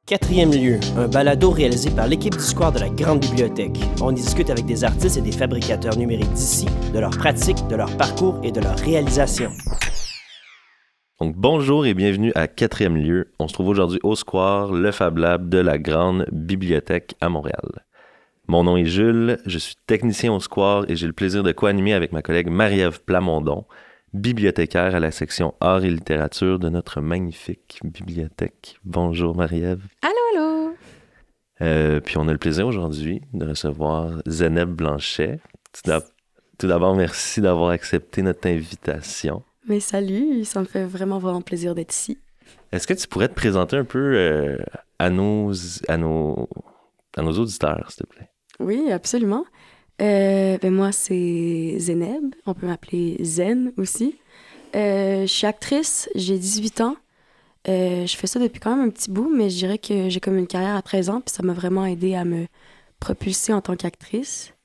Quatrième lieu, un balado réalisé par l'équipe du Square de la Grande Bibliothèque. On y discute avec des artistes et des fabricateurs numériques d'ici, de leurs pratiques, de leur parcours et de leur réalisation. Donc bonjour et bienvenue à Quatrième lieu. On se trouve aujourd'hui au Square, le Fab Lab de la Grande Bibliothèque à Montréal. Mon nom est Jules, je suis technicien au Square et j'ai le plaisir de co-animer avec ma collègue Marie-Ève Plamondon, bibliothécaire à la section Arts et littérature de notre magnifique bibliothèque. Bonjour Marie-Ève. Allô, allô! Puis on a le plaisir aujourd'hui de recevoir Zeneb Blanchet. Tout d'abord, merci d'avoir accepté notre invitation. Mais salut, ça me fait vraiment plaisir d'être ici. Est-ce que tu pourrais te présenter un peu à nos auditeurs, s'il te plaît? Oui, absolument. Moi, c'est Zeneb. On peut m'appeler Zen aussi. Je suis actrice, j'ai 18 ans. Je fais ça depuis quand même un petit bout, mais je dirais que j'ai comme une carrière à 13 ans, puis ça m'a vraiment aidé à me propulser en tant qu'actrice.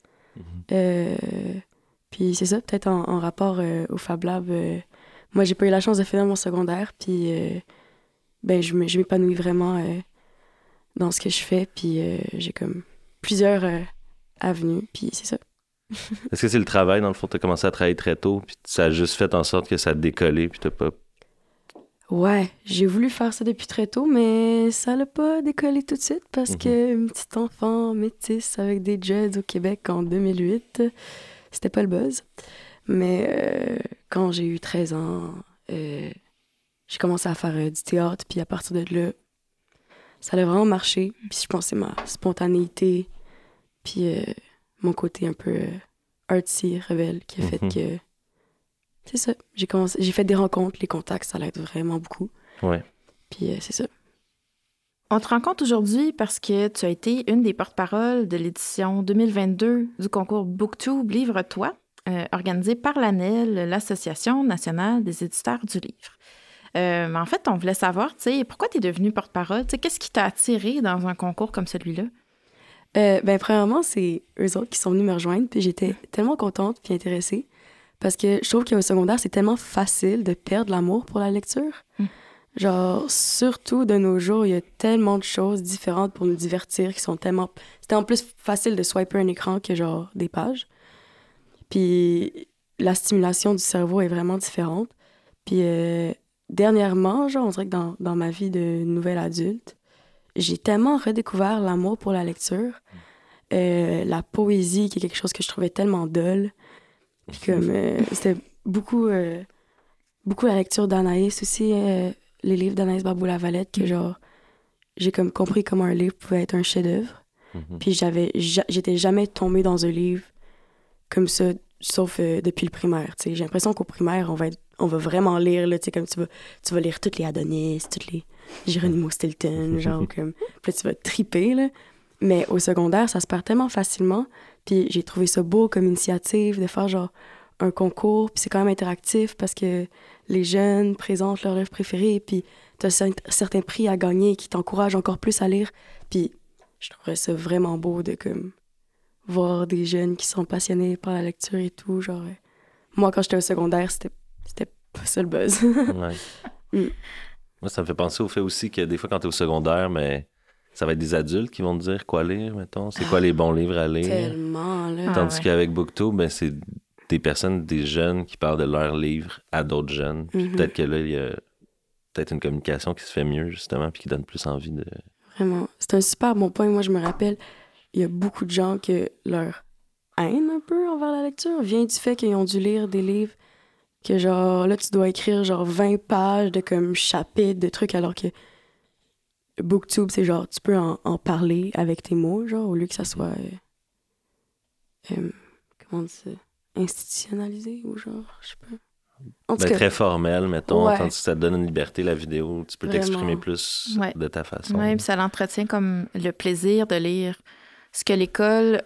Puis c'est ça, peut-être en rapport au Fab Lab. Moi, j'ai pas eu la chance de finir mon secondaire, puis je m'épanouis vraiment dans ce que je fais, puis j'ai comme plusieurs avenues, puis c'est ça. Est-ce que c'est le travail, dans le fond, t'as commencé à travailler très tôt, puis ça a juste fait en sorte que ça a décollé, puis t'as pas... Ouais, j'ai voulu faire ça depuis très tôt, mais ça l'a pas décollé tout de suite, parce que une petite enfant métisse avec des dreads au Québec en 2008, c'était pas le buzz. Mais quand j'ai eu 13 ans, j'ai commencé à faire du théâtre, puis à partir de là, ça a vraiment marché. Puis je pense que c'est ma spontanéité, puis mon côté un peu artsy, rebelle, qui a fait que... C'est ça. J'ai fait des rencontres, les contacts, ça l'aide vraiment beaucoup. Ouais. Puis c'est ça. On te rencontre aujourd'hui parce que tu as été une des porte-paroles de l'édition 2022 du concours BookTube Livre-toi, organisé par l'ANEL, l'Association nationale des éditeurs du livre. En fait, on voulait savoir, tu sais, pourquoi tu es devenue porte-parole? Tu sais, qu'est-ce qui t'a attiré dans un concours comme celui-là? Premièrement, c'est eux autres qui sont venus me rejoindre, puis j'étais tellement contente puis intéressée, parce que je trouve qu'au secondaire, c'est tellement facile de perdre l'amour pour la lecture. Genre, surtout de nos jours, il y a tellement de choses différentes pour nous divertir qui sont tellement... C'était en plus facile de swiper un écran que genre des pages. Puis la stimulation du cerveau est vraiment différente. Puis dernièrement, genre, on dirait que dans ma vie de nouvelle adulte, j'ai tellement redécouvert l'amour pour la lecture, la poésie, qui est quelque chose que je trouvais tellement dole. Puis comme, c'était beaucoup la lecture d'Anaïs aussi, les livres d'Anaïs Barbeau-Lavalette, que genre, j'ai comme compris comment un livre pouvait être un chef-d'œuvre. Puis j'étais jamais tombée dans un livre comme ça, sauf depuis le primaire, tu sais. J'ai l'impression qu'au primaire, on va vraiment lire, là, tu sais, comme tu vas lire toutes les Adonis, toutes les Geronimo Stilton, genre, comme... Puis là, tu vas triper, là. Mais au secondaire, ça se perd tellement facilement. Puis j'ai trouvé ça beau comme initiative de faire, genre, un concours. Puis c'est quand même interactif parce que les jeunes présentent leurs livres préférés. Puis t'as certains prix à gagner qui t'encouragent encore plus à lire. Puis je trouverais ça vraiment beau de, comme, voir des jeunes qui sont passionnés par la lecture et tout. Genre, moi, quand j'étais au secondaire, c'était pas ça le buzz. Ouais. Moi, ça me fait penser au fait aussi que des fois, quand t'es au secondaire, mais ça va être des adultes qui vont te dire quoi lire, mettons. C'est quoi les bons livres à lire? Tellement, là. Tandis qu'avec BookTube, ben, c'est des jeunes qui parlent de leurs livres à d'autres jeunes. Puis peut-être que là, il y a peut-être une communication qui se fait mieux, justement, puis qui donne plus envie de... Vraiment. C'est un super bon point. Moi, je me rappelle, il y a beaucoup de gens que leur haine un peu envers la lecture vient du fait qu'ils ont dû lire des livres que genre, là, tu dois écrire genre 20 pages de comme chapitres, de trucs, alors que BookTube, c'est genre, tu peux en parler avec tes mots, genre, au lieu que ça soit, comment on dit ça, institutionnalisé ou genre, je sais pas. En tout cas, très formel, mettons, ouais. tandis que ça te donne une liberté, la vidéo. Tu peux Vraiment. t'exprimer plus de ta façon. Oui, puis ça l'entretient comme le plaisir de lire. Ce que l'école,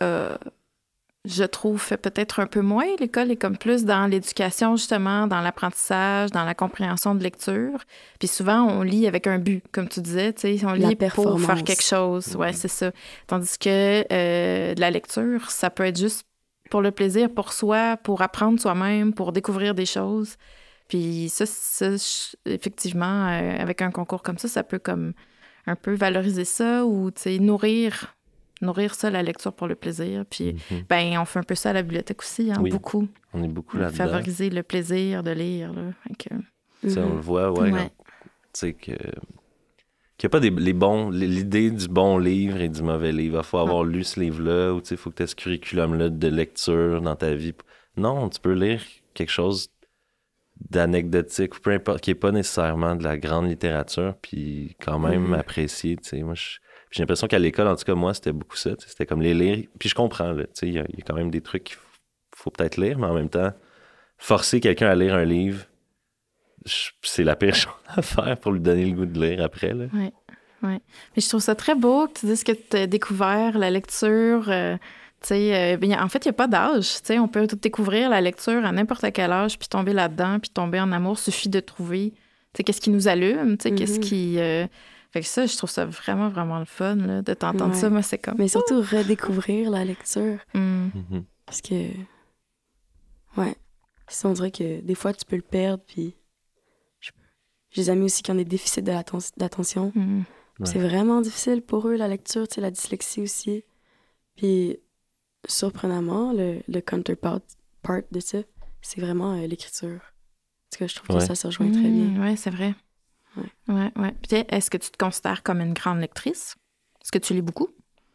je trouve, fait peut-être un peu moins. L'école est comme plus dans l'éducation, justement, dans l'apprentissage, dans la compréhension de lecture. Puis souvent, on lit avec un but, comme tu disais, tu sais, on lit pour faire quelque chose. Ouais, c'est ça. Tandis que de la lecture, ça peut être juste pour le plaisir, pour soi, pour apprendre soi-même, pour découvrir des choses. Puis ça effectivement, avec un concours comme ça peut comme un peu valoriser ça ou, tu sais, nourrir ça, la lecture pour le plaisir. Puis, ben, on fait un peu ça à la bibliothèque aussi, hein, Oui, beaucoup. On est beaucoup là-dedans. Favoriser le plaisir de lire, là. On le voit, ouais. Tu sais, qu'il n'y a pas l'idée du bon livre et du mauvais livre. Il faut avoir lu ce livre-là ou, tu sais, il faut que tu aies ce curriculum-là de lecture dans ta vie. Non, tu peux lire quelque chose d'anecdotique, peu importe, qui n'est pas nécessairement de la grande littérature, puis quand même apprécier, tu sais. Moi, j'ai l'impression qu'à l'école, en tout cas, moi, c'était beaucoup ça. C'était comme les lire. Puis je comprends, là. Tu sais, il y a quand même des trucs qu'il faut peut-être lire, mais en même temps, forcer quelqu'un à lire un livre, c'est la pire chose à faire pour lui donner le goût de lire après, là. Oui. Mais je trouve ça très beau que tu dises que tu as découvert la lecture. En fait, il n'y a pas d'âge. On peut découvrir la lecture à n'importe quel âge, puis tomber là-dedans, puis tomber en amour. Suffit de trouver qu'est-ce qui nous allume, qu'est-ce qui... Fait que ça, je trouve ça vraiment, vraiment le fun, là, de t'entendre ça. Moi, c'est comme... Mais surtout redécouvrir la lecture. Parce que... Ouais. Si on dirait que des fois, tu peux le perdre, puis... J'ai des amis aussi qui ont des déficits d'attention. C'est vraiment difficile pour eux, la lecture, la dyslexie aussi. Puis, surprenamment, le counterpart de ça, c'est vraiment l'écriture. Parce que je trouve que ça se rejoint très bien. Oui, c'est vrai. Ouais. Puis, est-ce que tu te considères comme une grande lectrice? Est-ce que tu lis beaucoup?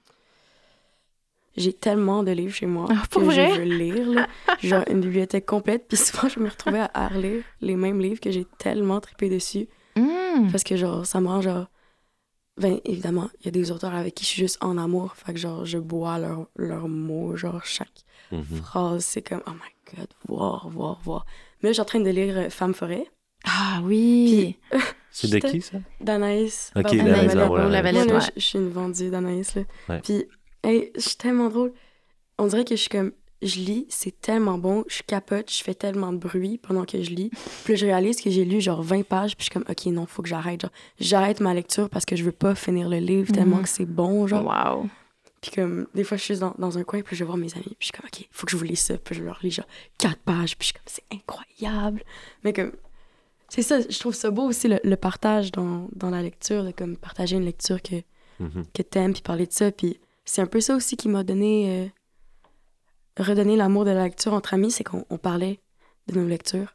J'ai tellement de livres chez moi que je veux lire. Là. Genre une bibliothèque complète. Puis souvent, je me retrouvais à relire les mêmes livres que j'ai tellement trippé dessus. Parce que genre, ça me rend genre... Ben, évidemment, il y a des auteurs avec qui je suis juste en amour. Fait que genre, je bois leurs mots. Genre, chaque phrase, c'est comme, oh my God, voir. Mais là, je suis en train de lire Femme Forêt. Ah oui! Puis, c'est de qui, ça? d'Anaïs. OK, d'Anaïs Lavalette. Moi, je suis une vendue d'Anaïs, là. Ouais. Puis, hey, je suis tellement drôle. On dirait que je suis comme... Je lis, c'est tellement bon, je capote, je fais tellement de bruit pendant que je lis. Puis là, je réalise que j'ai lu genre 20 pages, puis je suis comme, OK, non, faut que j'arrête. Genre, j'arrête ma lecture parce que je veux pas finir le livre tellement que c'est bon, genre. Wow! Puis comme, des fois, je suis juste dans un coin, puis je vais voir mes amis, puis je suis comme, OK, faut que je vous lise ça. Puis je leur lis genre 4 pages, puis je suis comme, c'est incroyable. Mais comme, c'est ça, je trouve ça beau aussi, le partage dans la lecture, de comme partager une lecture que t'aimes, puis parler de ça. Puis c'est un peu ça aussi qui m'a donné... redonner l'amour de la lecture entre amis, c'est qu'on parlait de nos lectures.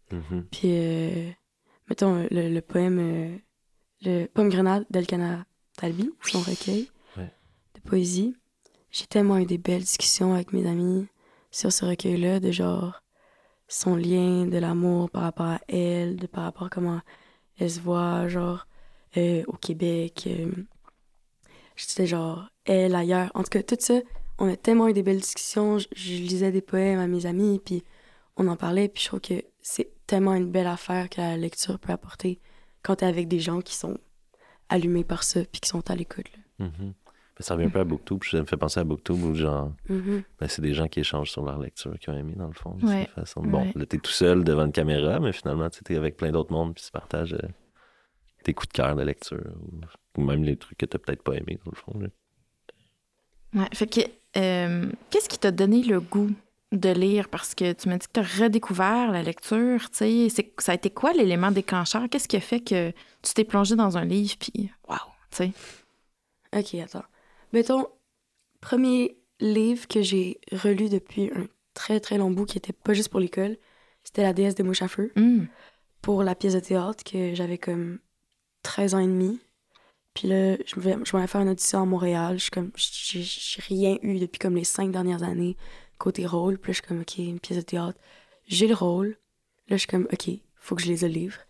Puis, mettons, le poème le Pomme Grenade d'Elkana Talbi, son recueil de poésie. J'ai tellement eu des belles discussions avec mes amis sur ce recueil-là, de genre son lien de l'amour par rapport à elle, par rapport à comment elle se voit, genre, au Québec. J'étais genre, elle, ailleurs. En tout cas, tout ça, on a tellement eu des belles discussions. Je lisais des poèmes à mes amis, puis on en parlait, puis je trouve que c'est tellement une belle affaire que la lecture peut apporter quand t'es avec des gens qui sont allumés par ça, puis qui sont à l'écoute. Ça revient un peu à BookTube, puis ça me fait penser à BookTube où genre, c'est des gens qui échangent sur leur lecture, qui ont aimé dans le fond. De cette façon. Bon, là, t'es tout seul devant une caméra, mais finalement, t'es avec plein d'autres mondes, puis tu partages tes coups de cœur de lecture, ou même les trucs que t'as peut-être pas aimés, dans le fond. Là. Ouais, fait que, qu'est-ce qui t'a donné le goût de lire? Parce que tu m'as dit que t'as redécouvert la lecture, tu sais. Ça a été quoi l'élément déclencheur? Qu'est-ce qui a fait que tu t'es plongé dans un livre, puis wow, tu sais? OK, attends. Mettons, premier livre que j'ai relu depuis un très, très long bout, qui était pas juste pour l'école, c'était La déesse des mouches à feu, pour la pièce de théâtre que j'avais comme 13 ans et demi. Puis là, je m'en vais faire une audition à Montréal. J'ai rien eu depuis comme les 5 dernières années côté rôle. Puis là, je suis comme, OK, une pièce de théâtre. J'ai le rôle. Là, je suis comme, OK, faut que je lise le livre.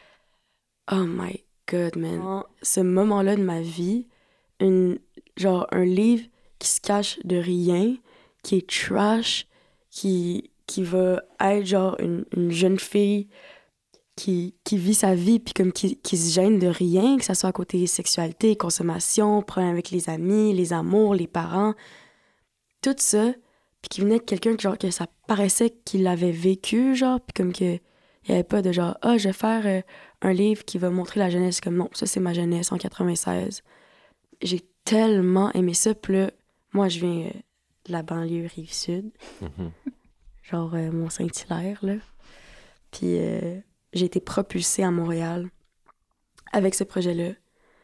Oh my God, man. Ce moment-là de ma vie, un livre qui se cache de rien, qui est trash, qui va être genre une jeune fille qui vit sa vie, puis comme qui se gêne de rien, que ça soit à côté sexualité, consommation, problème avec les amis, les amours, les parents, tout ça, puis qui venait de quelqu'un genre que ça paraissait qu'il l'avait vécu, genre, puis comme que il y avait pas de genre, je vais faire un livre qui va montrer la jeunesse, comme non, ça c'est ma jeunesse en 96. J'ai tellement aimé ça, puis là, moi je viens de la banlieue Rive-Sud, genre Mont-Saint-Hilaire, là, puis j'ai été propulsée à Montréal avec ce projet-là.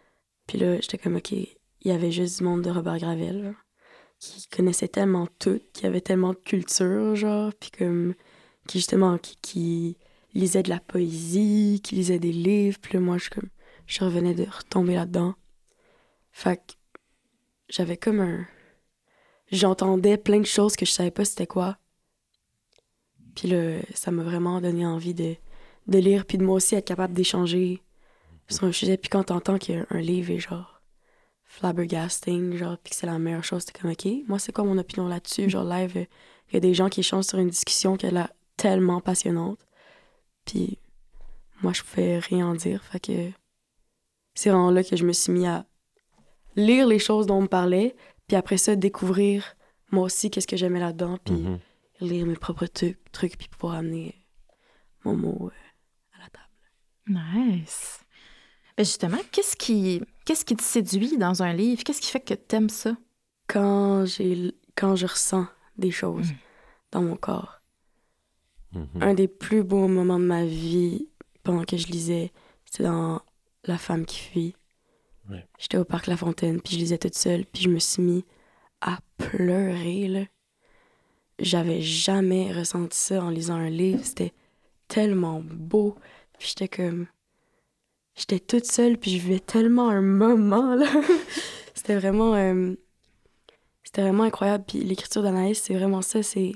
Puis là, j'étais comme, OK, il y avait juste du monde de Robert Gravel, là, qui connaissait tellement tout, qui avait tellement de culture, genre, puis comme, qui justement, qui lisait de la poésie, qui lisait des livres, puis là, moi, je revenais de retomber là-dedans. Fait que j'avais comme j'entendais plein de choses que je savais pas c'était quoi. Puis là, ça m'a vraiment donné envie de lire, puis de moi aussi être capable d'échanger sur un sujet. Puis quand t'entends qu'un livre est genre flabbergasting, genre, puis que c'est la meilleure chose, t'es comme, OK, moi, c'est quoi mon opinion là-dessus? Genre, live, il y a des gens qui échangent sur une discussion qui a l'air tellement passionnante. Puis moi, je pouvais rien en dire. Fait que c'est vraiment là que je me suis mis à lire les choses dont on me parlait, puis après ça, découvrir moi aussi qu'est-ce que j'aimais là-dedans, puis lire mes propres trucs, puis pouvoir amener mon mot à la table. Nice. Ben justement, qu'est-ce qui te séduit dans un livre? Qu'est-ce qui fait que t'aimes ça? Quand je ressens des choses dans mon corps. Un des plus beaux moments de ma vie pendant que je lisais, c'était dans La femme qui fuit. Ouais. J'étais au parc La Fontaine, puis je lisais toute seule, puis je me suis mis à pleurer, là. J'avais jamais ressenti ça en lisant un livre. C'était tellement beau. Puis j'étais toute seule, puis je vivais tellement un moment, là. C'était vraiment incroyable. Puis l'écriture d'Anaïs, c'est vraiment ça, c'est...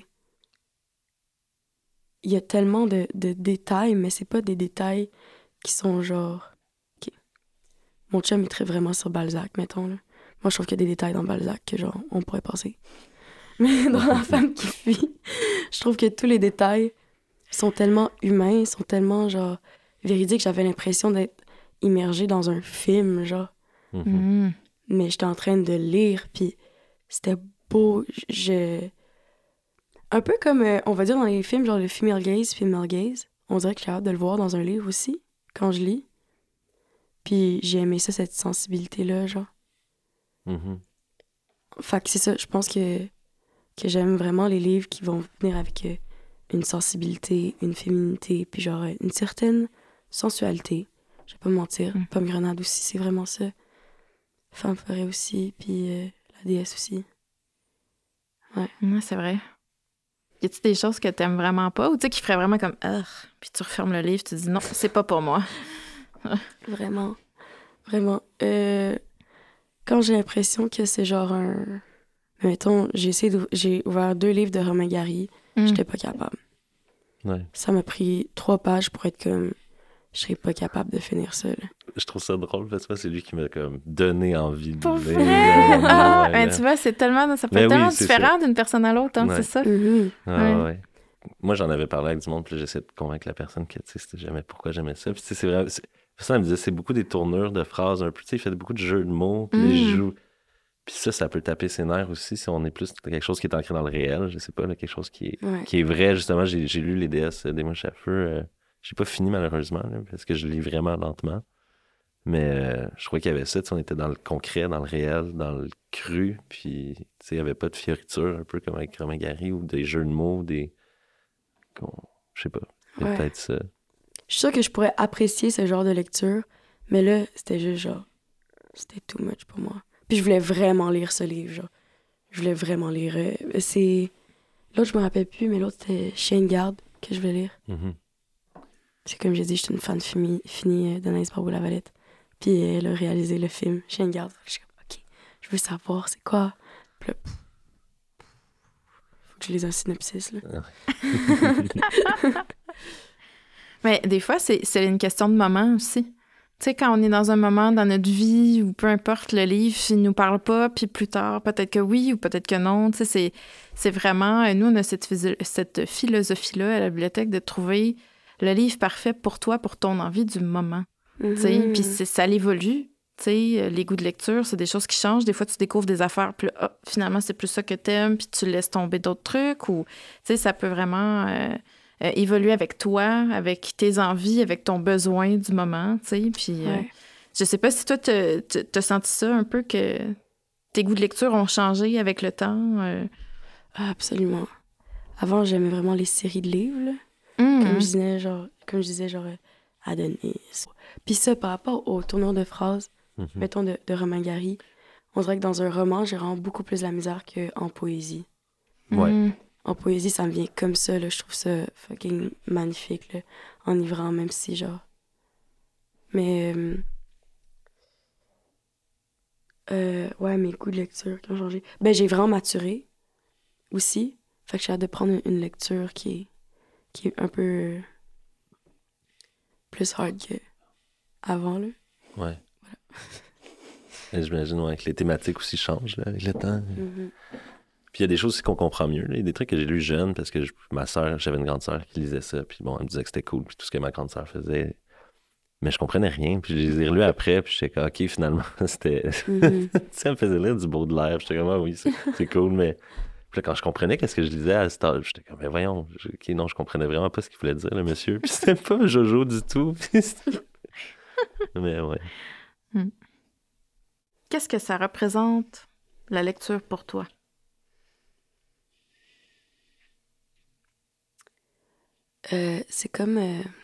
Il y a tellement de détails, mais c'est pas des détails qui sont genre... OK. Mon chum, il traite vraiment sur Balzac, mettons, là. Moi, je trouve qu'il y a des détails dans Balzac que, genre, on pourrait passer. Mais dans La femme qui fuit, je trouve que tous les détails sont tellement humains, sont tellement, genre, véridiques. J'avais l'impression d'être immergée dans un film, genre. Mais j'étais en train de lire, puis c'était beau. Un peu comme, on va dire, dans les films, genre le female gaze. On dirait que j'ai hâte de le voir dans un livre aussi, quand je lis. Puis j'ai aimé ça, cette sensibilité-là, genre. Fait que c'est ça, je pense que j'aime vraiment les livres qui vont venir avec une sensibilité, une féminité, puis genre une certaine sensualité. Je vais pas me mentir. Pomme Grenade aussi, c'est vraiment ça. Femme forêt aussi, puis la déesse aussi. Ouais. Ouais, c'est vrai. Y a-t-il des choses que t'aimes vraiment pas ou tu sais qui feraient vraiment comme puis tu refermes le livre, tu dis non, c'est pas pour moi. Vraiment. Quand j'ai l'impression que c'est genre un... Mettons, j'ai ouvert 2 livres de Romain Gary, j'étais pas capable. Ouais. Ça m'a pris 3 pages pour être comme... Je serais pas capable de finir ça, là. Je trouve ça drôle parce que c'est lui qui m'a comme donné envie de Pour lire. vrai? Ben, tu vois, ça peut être tellement c'est différent d'une personne à l'autre, hein, Ouais. c'est ça? Ouais. Moi, j'en avais parlé avec du monde, puis j'essayais de convaincre la personne que, tu sais, c'était jamais pourquoi j'aimais ça. Puis, tu sais, c'est vrai. Ça, elle me disait, c'est beaucoup des tournures de phrases un peu. Tu sais, il fait beaucoup de jeux de mots, puis il joue. Puis ça peut taper ses nerfs aussi si on est plus quelque chose qui est ancré dans le réel. Je sais pas, là, quelque chose qui est vrai. Justement, j'ai lu Les déesses des mouches à feu. J'ai pas fini, malheureusement, là, parce que je lis vraiment lentement. Mais je crois qu'il y avait ça. Tu sais, on était dans le concret, dans le réel, dans le cru. Puis, tu sais, il y avait pas de fioriture, un peu comme avec Romain Gary, ou des jeux de mots, des... Je sais pas. Il y a peut-être ça. Je suis sûre que je pourrais apprécier ce genre de lecture, mais là, c'était juste genre... C'était too much pour moi. Puis je voulais vraiment lire ce livre, genre. Je voulais vraiment lire... c'est... L'autre, je me rappelle plus, mais l'autre, c'était Chien de garde que je voulais lire. C'est comme j'ai dit, j'étais une fan finie d'Anaïs Barbeau-Lavalette. Puis elle a réalisé le film Chien de garde. Je suis comme, OK, je veux savoir c'est quoi. Puis là, faut que je lise un synopsis, là. Mais des fois, c'est une question de moment aussi. Tu sais, quand on est dans un moment dans notre vie où peu importe le livre, il nous parle pas, puis plus tard, peut-être que oui ou peut-être que non. Tu sais, c'est vraiment... Nous, on a cette philosophie-là à la bibliothèque de trouver le livre parfait pour toi, pour ton envie du moment. Tu sais, puis ça évolue. Tu sais, les goûts de lecture, c'est des choses qui changent. Des fois, tu découvres des affaires, puis finalement, c'est plus ça que t'aimes, puis tu laisses tomber d'autres trucs. Ou, tu sais, ça peut vraiment évoluer avec toi, avec tes envies, avec ton besoin du moment, tu sais. Puis, je sais pas si toi, t'as senti ça un peu, que tes goûts de lecture ont changé avec le temps. Absolument. Avant, j'aimais vraiment les séries de livres, là. Comme je disais, genre Adonis. Puis ça, par rapport aux tournures de phrases, mettons, de Romain Gary. On dirait que dans un roman, j'ai vraiment beaucoup plus de la misère qu'en poésie. Ouais. En poésie, ça me vient comme ça, là. Je trouve ça fucking magnifique, là. Enivrant, même si, genre... Mais... ouais, mes goûts de lecture qui ont changé. Ben, j'ai vraiment maturé aussi. Fait que j'ai hâte de prendre une lecture qui est un peu plus hard qu'avant, là. Ouais. Et j'imagine ouais, que les thématiques aussi changent là, avec le temps. Puis il y a des choses aussi qu'on comprend mieux. Là. Il y a des trucs que j'ai lus jeune parce que ma sœur, j'avais une grande sœur qui lisait ça. Puis bon, elle me disait que c'était cool. Puis tout ce que ma grande sœur faisait. Mais je comprenais rien. Puis je les ai relus après. Puis j'étais comme, OK, finalement, c'était. Ça me faisait lire du Baudelaire. Puis j'étais comme, ah oui, c'est cool. Mais puis là, quand je comprenais qu'est-ce que je lisais à cet âge, j'étais comme, mais voyons. OK, non, je comprenais vraiment pas ce qu'il voulait dire, le monsieur. Puis c'était pas Jojo du tout. Mais ouais. Qu'est-ce que ça représente, la lecture, pour toi? C'est comme...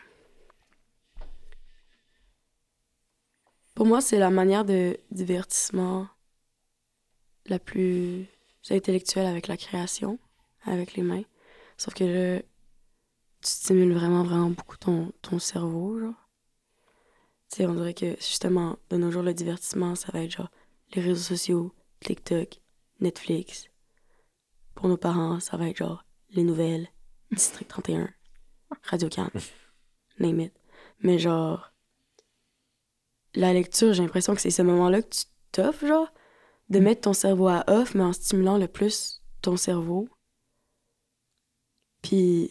Pour moi, c'est la manière de divertissement la plus intellectuelle avec la création, avec les mains. Sauf que là, tu stimules vraiment, vraiment beaucoup ton cerveau, genre. Tu sais, on dirait que, justement, de nos jours, le divertissement, ça va être genre les réseaux sociaux, TikTok, Netflix. Pour nos parents, ça va être genre les nouvelles, District 31, Radio-Can, name it. Mais genre, la lecture, j'ai l'impression que c'est ce moment-là que tu t'offres, genre, de mettre ton cerveau à off, mais en stimulant le plus ton cerveau. Puis,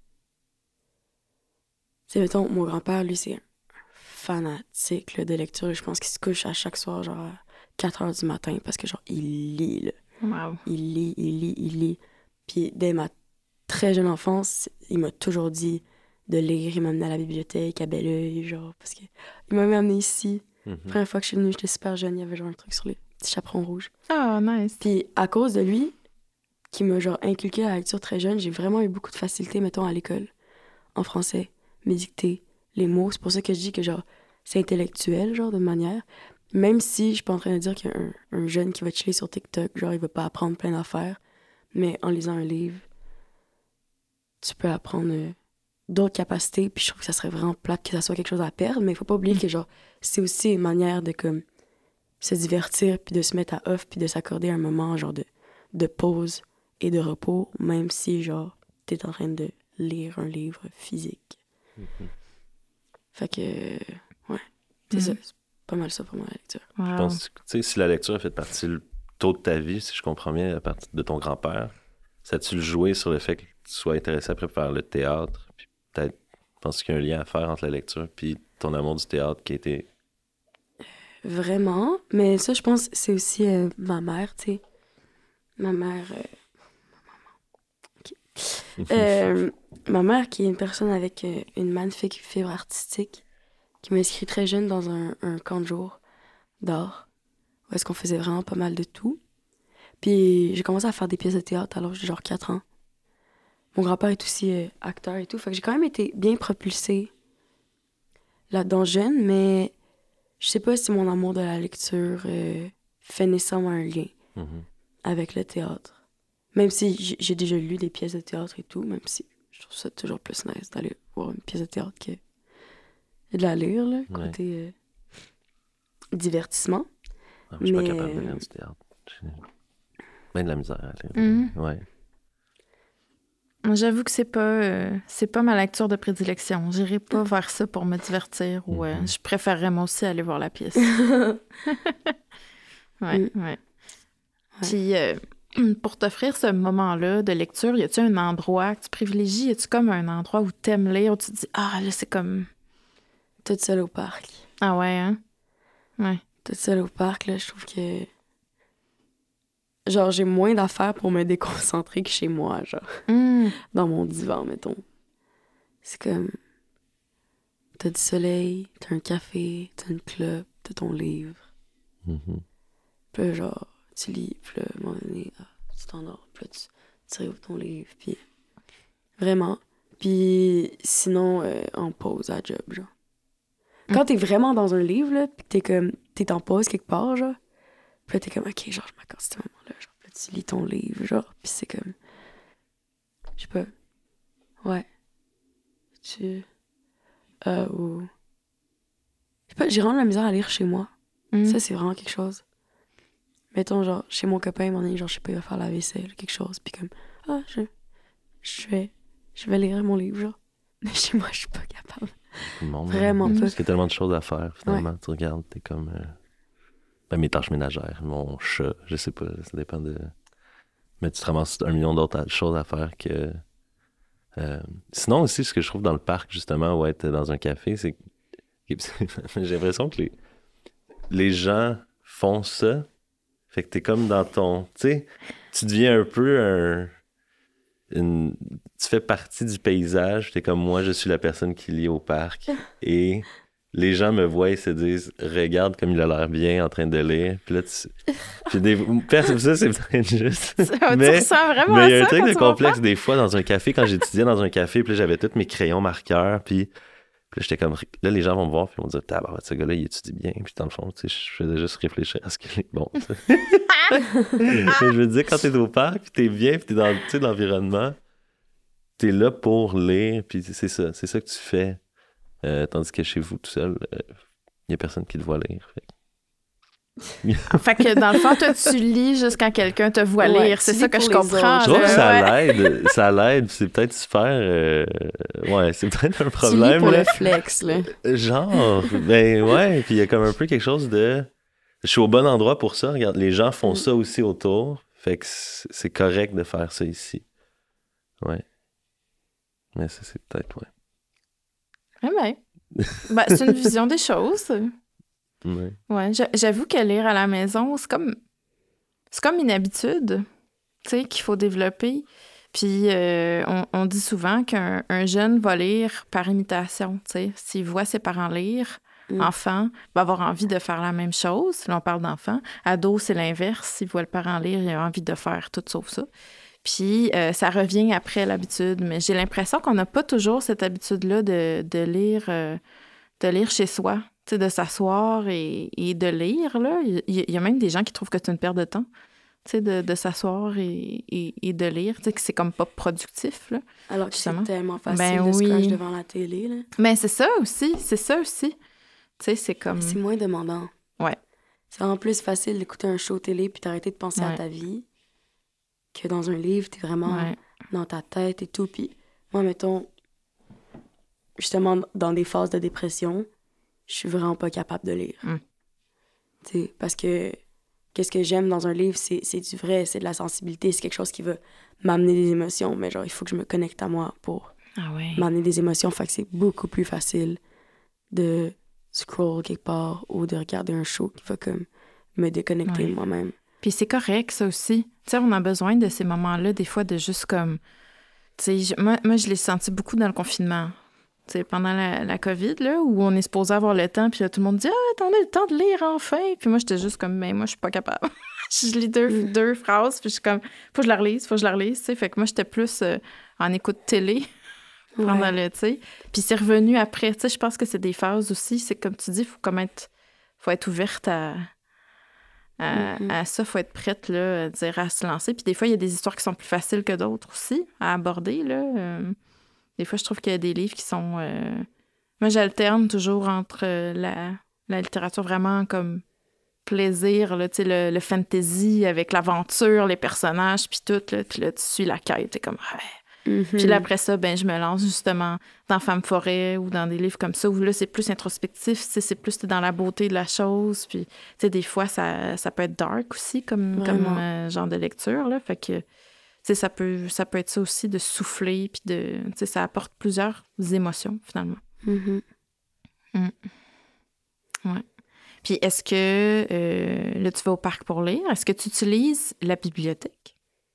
tu sais, mettons, mon grand-père, lui, c'est un fanatique là, de lecture. Je pense qu'il se couche à chaque soir, genre, à 4 heures du matin, parce que, genre, il lit, là. Wow. Il lit. Puis, dès ma très jeune enfance, il m'a toujours dit de lire. Il m'a amené à la bibliothèque, à Belleuil, genre, parce que il m'a même amené ici. La première fois que je suis venue, j'étais super jeune, il y avait genre un truc sur les petits chaperons rouges. Ah, nice. Puis, à cause de lui, qui m'a genre inculqué la lecture très jeune, j'ai vraiment eu beaucoup de facilité, mettons, à l'école, en français, mes dictées, les mots. C'est pour ça que je dis que, genre, c'est intellectuel, genre, de manière. Même si je suis pas en train de dire qu'un jeune qui va chiller sur TikTok, genre, il va pas apprendre plein d'affaires, mais en lisant un livre, tu peux apprendre d'autres capacités, puis je trouve que ça serait vraiment plate que ça soit quelque chose à perdre, mais il faut pas oublier que, genre, c'est aussi une manière de, comme, se divertir, puis de se mettre à off, puis de s'accorder un moment, genre, de pause et de repos, même si, genre, t'es en train de lire un livre physique. Fait que, ouais, c'est ça. C'est pas mal ça pour moi, la lecture. Wow. Je pense, tu sais, si la lecture a fait partie tôt de ta vie, si je comprends bien, à partir de ton grand-père, ça a-tu le joué sur le fait que tu sois intéressé après par le théâtre? Puis peut-être, je pense qu'il y a un lien à faire entre la lecture puis ton amour du théâtre qui a été... Vraiment, mais ça, je pense, c'est aussi ma mère, tu sais. Ma mère... ma mère, qui est une personne avec une magnifique fibre artistique, qui m'a inscrit très jeune dans un camp de jour d'art, où est-ce qu'on faisait vraiment pas mal de tout. Puis j'ai commencé à faire des pièces de théâtre alors j'ai genre 4 ans. Mon grand-père est aussi acteur et tout, fait que j'ai quand même été bien propulsée là-dedans jeune, mais je sais pas si mon amour de la lecture fait nécessairement un lien avec le théâtre. Même si j'ai déjà lu des pièces de théâtre et tout, même si je trouve ça toujours plus nice d'aller voir une pièce de théâtre que de la lire, là, côté divertissement. Ah, je suis pas capable de lire du théâtre. J'ai bien de la misère à lire. Ouais. J'avoue que c'est pas ma lecture de prédilection. J'irai pas vers ça pour me divertir ou je préférerais moi aussi aller voir la pièce. Ouais. Puis pour t'offrir ce moment-là de lecture, y a-tu un endroit que tu privilégies? Y a-tu comme un endroit où t'aimes lire, où tu te dis, ah, là, c'est comme... Toute seule au parc. Ah ouais, hein? Ouais. Toute seule au parc, là, je trouve que... Genre, j'ai moins d'affaires pour me déconcentrer que chez moi, genre. Dans mon divan, mettons. C'est comme... T'as du soleil, t'as un café, t'as une clope, t'as ton livre. Puis là, genre, tu lis, puis là, à un moment donné, tu t'endors, puis là, tu réouvres ton livre, puis... Vraiment. Puis sinon, en pause à job, genre. Quand t'es vraiment dans un livre, là, pis que t'es comme... t'es en pause quelque part, genre. Puis là, t'es comme, OK, genre, je m'accorde à ce moment-là. Genre, puis là, tu lis ton livre, genre. Puis c'est comme... Je sais pas. Ouais. Ou... Je sais pas, j'ai vraiment de la misère à lire chez moi. Ça, c'est vraiment quelque chose. Mettons, genre, chez mon copain, à un moment donné, genre, je sais pas, il va faire la vaisselle, quelque chose. Puis comme, je vais lire mon livre, genre. Mais chez moi, je suis pas capable. Vraiment pas. Parce qu'il y a tellement de choses à faire, finalement. Tu regardes, t'es comme... mes tâches ménagères, mon chat, je sais pas, ça dépend de... Mais tu te ramasses 1 million d'autres choses à faire que... Sinon aussi, ce que je trouve dans le parc, justement, ou être dans un café, c'est que j'ai l'impression que les gens font ça, fait que t'es comme dans ton... Tu sais, tu deviens un peu tu fais partie du paysage, t'es comme moi, je suis la personne qui lit au parc, et les gens me voient et se disent « Regarde comme il a l'air bien en train de lire. » Puis là, ça, c'est peut-être juste. Mais il y a un truc de complexe des fois dans un café, quand j'étudiais dans un café, puis là, j'avais tous mes crayons marqueurs, puis là, j'étais comme... Là, les gens vont me voir, puis ils vont dire « Tabarouette, ce gars-là, il étudie bien. » Puis dans le fond, tu sais, je faisais juste réfléchir à ce qu'il est bon. Je veux dire, quand t'es au parc, puis t'es bien, puis t'es dans l'environnement, t'es là pour lire, puis c'est ça que tu fais. Tandis que chez vous, tout seul, il n'y a personne qui te voit lire. Fait que dans le fond, toi, tu lis juste quand quelqu'un te voit lire. C'est ça que je comprends. Je trouve que ça l'aide. C'est peut-être super... c'est peut-être un problème. Tu lis pour le flex, là. Genre, ben ouais. Puis il y a comme un peu quelque chose de... Je suis au bon endroit pour ça. Regarde, les gens font ça aussi autour. Fait que c'est correct de faire ça ici. Ouais. Mais ça, c'est peut-être, ouais. Ben, c'est une vision des choses. Ouais, j'avoue que lire à la maison, c'est comme une habitude, tu sais, qu'il faut développer. Puis on dit souvent qu'un jeune va lire par imitation, tu sais. S'il voit ses parents lire, enfant va avoir envie de faire la même chose. Là, on parle d'enfant. Ado, c'est l'inverse. S'il voit le parent lire, il a envie de faire tout sauf ça. Puis ça revient après l'habitude. Mais j'ai l'impression qu'on n'a pas toujours cette habitude-là de lire chez soi. Tu sais, de s'asseoir et de lire, là. Il y a même des gens qui trouvent que c'est une perte de temps, tu sais, de s'asseoir et de lire, tu sais, que c'est comme pas productif, là. Alors que justement. c'est tellement facile de se cracher devant la télé, là. Mais c'est ça aussi. Tu sais, c'est comme... C'est moins demandant. Ouais. C'est en plus facile d'écouter un show télé puis d'arrêter de penser à ta vie que dans un livre, t'es vraiment dans ta tête et tout. Puis moi, mettons, justement, dans des phases de dépression, je suis vraiment pas capable de lire. Tu sais, parce que qu'est-ce que j'aime dans un livre, c'est du vrai, c'est de la sensibilité, c'est quelque chose qui va m'amener des émotions, mais genre, il faut que je me connecte à moi pour m'amener des émotions. Fait que c'est beaucoup plus facile de scroll quelque part ou de regarder un show qui va comme me déconnecter de moi-même. Puis c'est correct, ça aussi. Tu sais, on a besoin de ces moments-là, des fois, de juste comme... Tu sais, moi, je l'ai senti beaucoup dans le confinement. Tu sais, pendant la COVID, là, où on est supposé avoir le temps, puis là, tout le monde dit « Ah, t'en as le temps de lire enfin! » Puis moi, j'étais juste comme « Mais moi, je suis pas capable. » Je lis deux phrases, puis je suis comme « Faut que je la relise, tu sais. Fait que moi, j'étais plus en écoute télé pendant le, tu sais. Puis c'est revenu après. Tu sais, je pense que c'est des phases aussi. C'est comme tu dis, faut être ouverte à ça, faut être prête, là, à se lancer. Puis des fois, il y a des histoires qui sont plus faciles que d'autres aussi à aborder, là. Des fois, je trouve qu'il y a des livres qui sont... Moi, j'alterne toujours entre la littérature vraiment comme plaisir, là, tu sais, le fantasy avec l'aventure, les personnages, puis tout, là. Puis là, tu suis la quête, t'es comme... Puis là, après ça, ben je me lance justement dans Femme forêt ou dans des livres comme ça, où là, c'est plus introspectif, c'est plus dans la beauté de la chose. Puis, tu sais, des fois, ça peut être dark aussi comme genre de lecture, là. Fait que, tu sais, ça peut être ça aussi, de souffler, puis de... Tu sais, ça apporte plusieurs émotions, finalement. Ouais. Puis, est-ce que, là, tu vas au parc pour lire, est-ce que tu utilises la bibliothèque?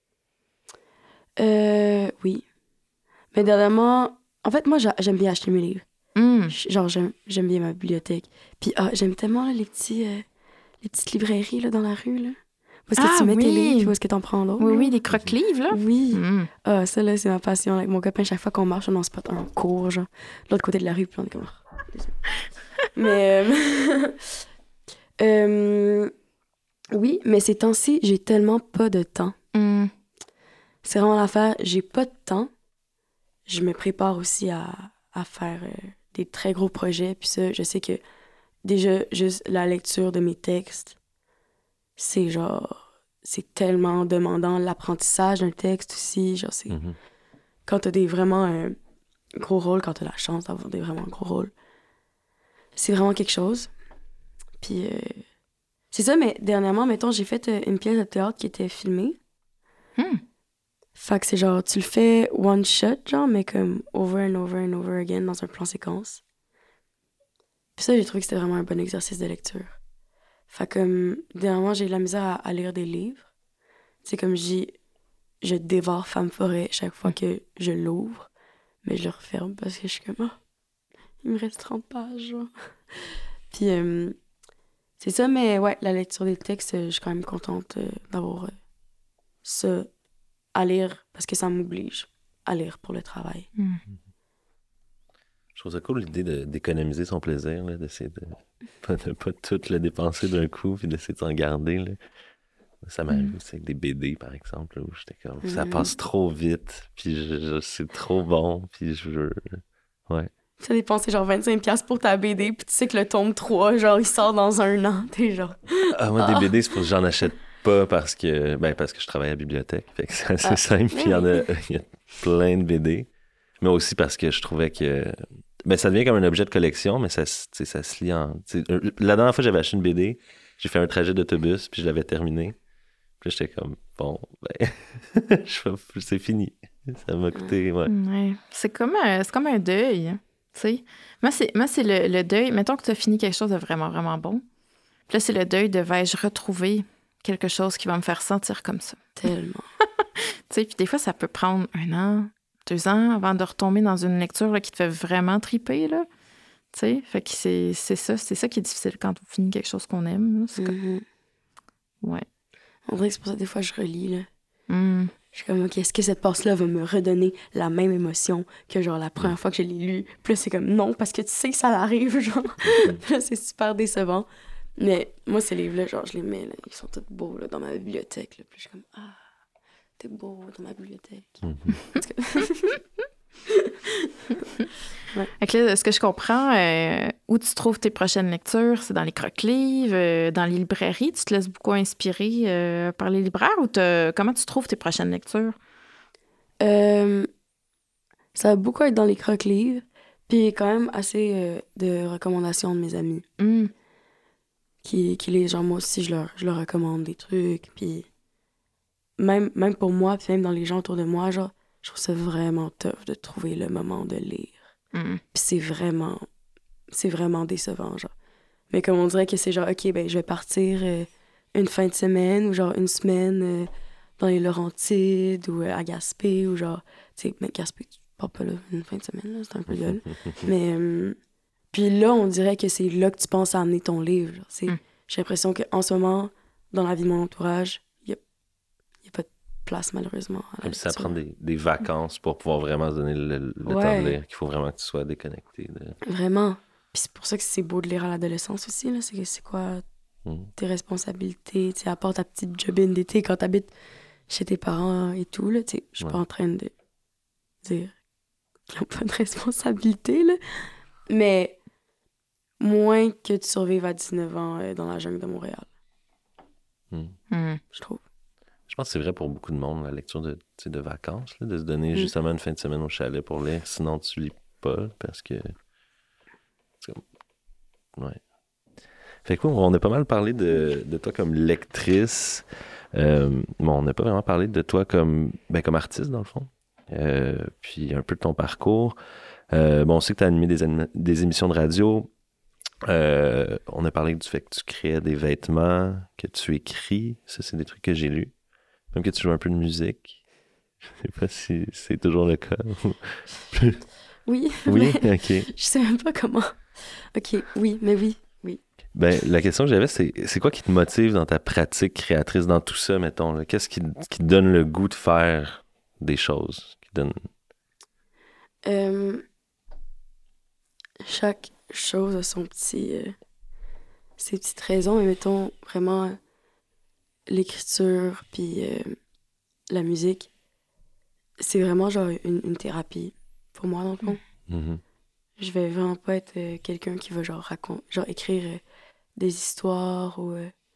Oui. Mais dernièrement, en fait, moi, j'aime bien acheter mes livres. Genre, j'aime bien ma bibliothèque. Puis, j'aime tellement là, les petites librairies là, dans la rue, là. Où est-ce que tu mets tes livres, puis où est-ce que t'en prends d'autres? Oui, les croque-livres, là. Oui. Ça, là, c'est ma passion. Avec mon copain, chaque fois qu'on marche, on se porte un cours, genre, de l'autre côté de la rue, puis on est comme... Mais... Oui, mais ces temps-ci, j'ai tellement pas de temps. C'est vraiment l'affaire, j'ai pas de temps. Je me prépare aussi à faire des très gros projets. Puis ça, je sais que déjà, juste la lecture de mes textes, c'est genre... C'est tellement demandant. L'apprentissage d'un texte aussi, genre c'est... Quand t'as des vraiment gros rôles, quand t'as la chance d'avoir des vraiment gros rôles, c'est vraiment quelque chose. Puis c'est ça, mais dernièrement, mettons, j'ai fait une pièce de théâtre qui était filmée. Fait que c'est genre, tu le fais one shot, genre, mais comme over and over and over again dans un plan séquence. Puis ça, j'ai trouvé que c'était vraiment un bon exercice de lecture. Fait que, dernièrement, j'ai eu la misère à lire des livres. C'est comme je dévore Femme Forêt chaque fois que je l'ouvre, mais je le referme parce que je suis comme, il me reste 30 pages, genre. Puis, c'est ça, mais ouais, la lecture des textes, je suis quand même contente d'avoir ça à lire parce que ça m'oblige à lire pour le travail. Je trouve ça cool l'idée d'économiser son plaisir, là, d'essayer de pas tout le dépenser d'un coup puis d'essayer de s'en garder. Là. Ça m'arrive aussi avec des BD, par exemple, là, où j'étais comme, ça passe trop vite, puis c'est trop bon, puis je veux... Ouais. Tu as dépensé genre 25$ pour ta BD, puis tu sais que le tome 3, genre, il sort dans 1 an, t'es genre... Moi, des BD, c'est pour que j'en achète pas parce que je travaille à la bibliothèque, fait que c'est assez simple, puis il y a plein de BD, mais aussi parce que je trouvais que... ça devient comme un objet de collection, mais ça se lie en... La dernière fois, j'avais acheté une BD, j'ai fait un trajet d'autobus, puis je l'avais terminé. Puis là, j'étais comme, bon, c'est fini. Ça m'a coûté, ouais. C'est comme un deuil, tu sais. Moi, c'est le deuil. Mettons que tu as fini quelque chose de vraiment, vraiment bon. Puis là, c'est le deuil de vais-je retrouver quelque chose qui va me faire sentir comme ça. Tellement. Tu sais, puis des fois, ça peut prendre 1 an, 2 ans avant de retomber dans une lecture là, qui te fait vraiment triper, là. Tu sais, fait que c'est ça qui est difficile quand on finit quelque chose qu'on aime. Là. C'est comme... Ouais. On dirait que c'est pour ça que des fois, je relis, là. Je suis comme, OK, est-ce que cette passe-là va me redonner la même émotion que, genre, la première fois que je l'ai lu? Puis là, c'est comme, non, parce que tu sais que ça arrive, genre. Puis là, c'est super décevant. Mais moi, ces livres-là, genre, je les mets, là, ils sont tous beaux, là, dans ma bibliothèque, là. Puis je suis comme, t'es beau dans ma bibliothèque. Ouais. Fait que là, ce que je comprends, où tu trouves tes prochaines lectures, c'est dans les croque-livres, dans les librairies. Tu te laisses beaucoup inspirer par les libraires ou comment tu trouves tes prochaines lectures? Ça va beaucoup être dans les croque-livres, puis quand même assez de recommandations de mes amis. Qui les genre, moi aussi, je leur recommande des trucs, puis même pour moi, puis même dans les gens autour de moi, genre, je trouve ça vraiment tough de trouver le moment de lire. Puis c'est vraiment décevant, genre. Mais comme on dirait que c'est genre, OK, ben je vais partir une fin de semaine ou genre une semaine dans les Laurentides ou à Gaspé ou genre, tu sais, mais Gaspé, tu pars pas là une fin de semaine, là, c'est un peu gueule. Mais puis là, on dirait que c'est là que tu penses à amener ton livre. Genre, j'ai l'impression qu'en ce moment, dans la vie de mon entourage, il y a pas de place, malheureusement. Comme si ça prend des vacances pour pouvoir vraiment se donner le temps de lire, qu'il faut vraiment que tu sois déconnecté. Vraiment. Puis c'est pour ça que c'est beau de lire à l'adolescence aussi, là. C'est quoi tes responsabilités, tu sais, à part ta petite jobine d'été quand t'habites chez tes parents et tout, là, tu sais, je suis pas en train de dire qu'ils n'ont pas de responsabilité, là. Mais moins que tu survives à 19 ans dans la jungle de Montréal. Je trouve. Je pense que c'est vrai pour beaucoup de monde, la lecture de vacances, là, de se donner justement une fin de semaine au chalet pour lire. Sinon, tu lis pas parce que... Ouais. Fait que on a pas mal parlé de toi comme lectrice. On n'a pas vraiment parlé de toi comme artiste, dans le fond. Puis un peu de ton parcours. On sait que tu as animé des émissions de radio. On a parlé du fait que tu créais des vêtements, que tu écris. Ça, c'est des trucs que j'ai lus. Même que tu joues un peu de musique. Je sais pas si c'est toujours le cas. Oui. Oui? OK. Je sais même pas comment. OK, oui, mais oui. La question que j'avais, c'est quoi qui te motive dans ta pratique créatrice, dans tout ça, mettons? Là? Qu'est-ce qui te donne le goût de faire des choses? Chaque chose a son ces petites raisons, mais mettons, vraiment, l'écriture, puis la musique, c'est vraiment, genre, une thérapie pour moi, dans le fond. Mhm. Je vais vraiment pas être quelqu'un qui va, genre, écrire des histoires ou...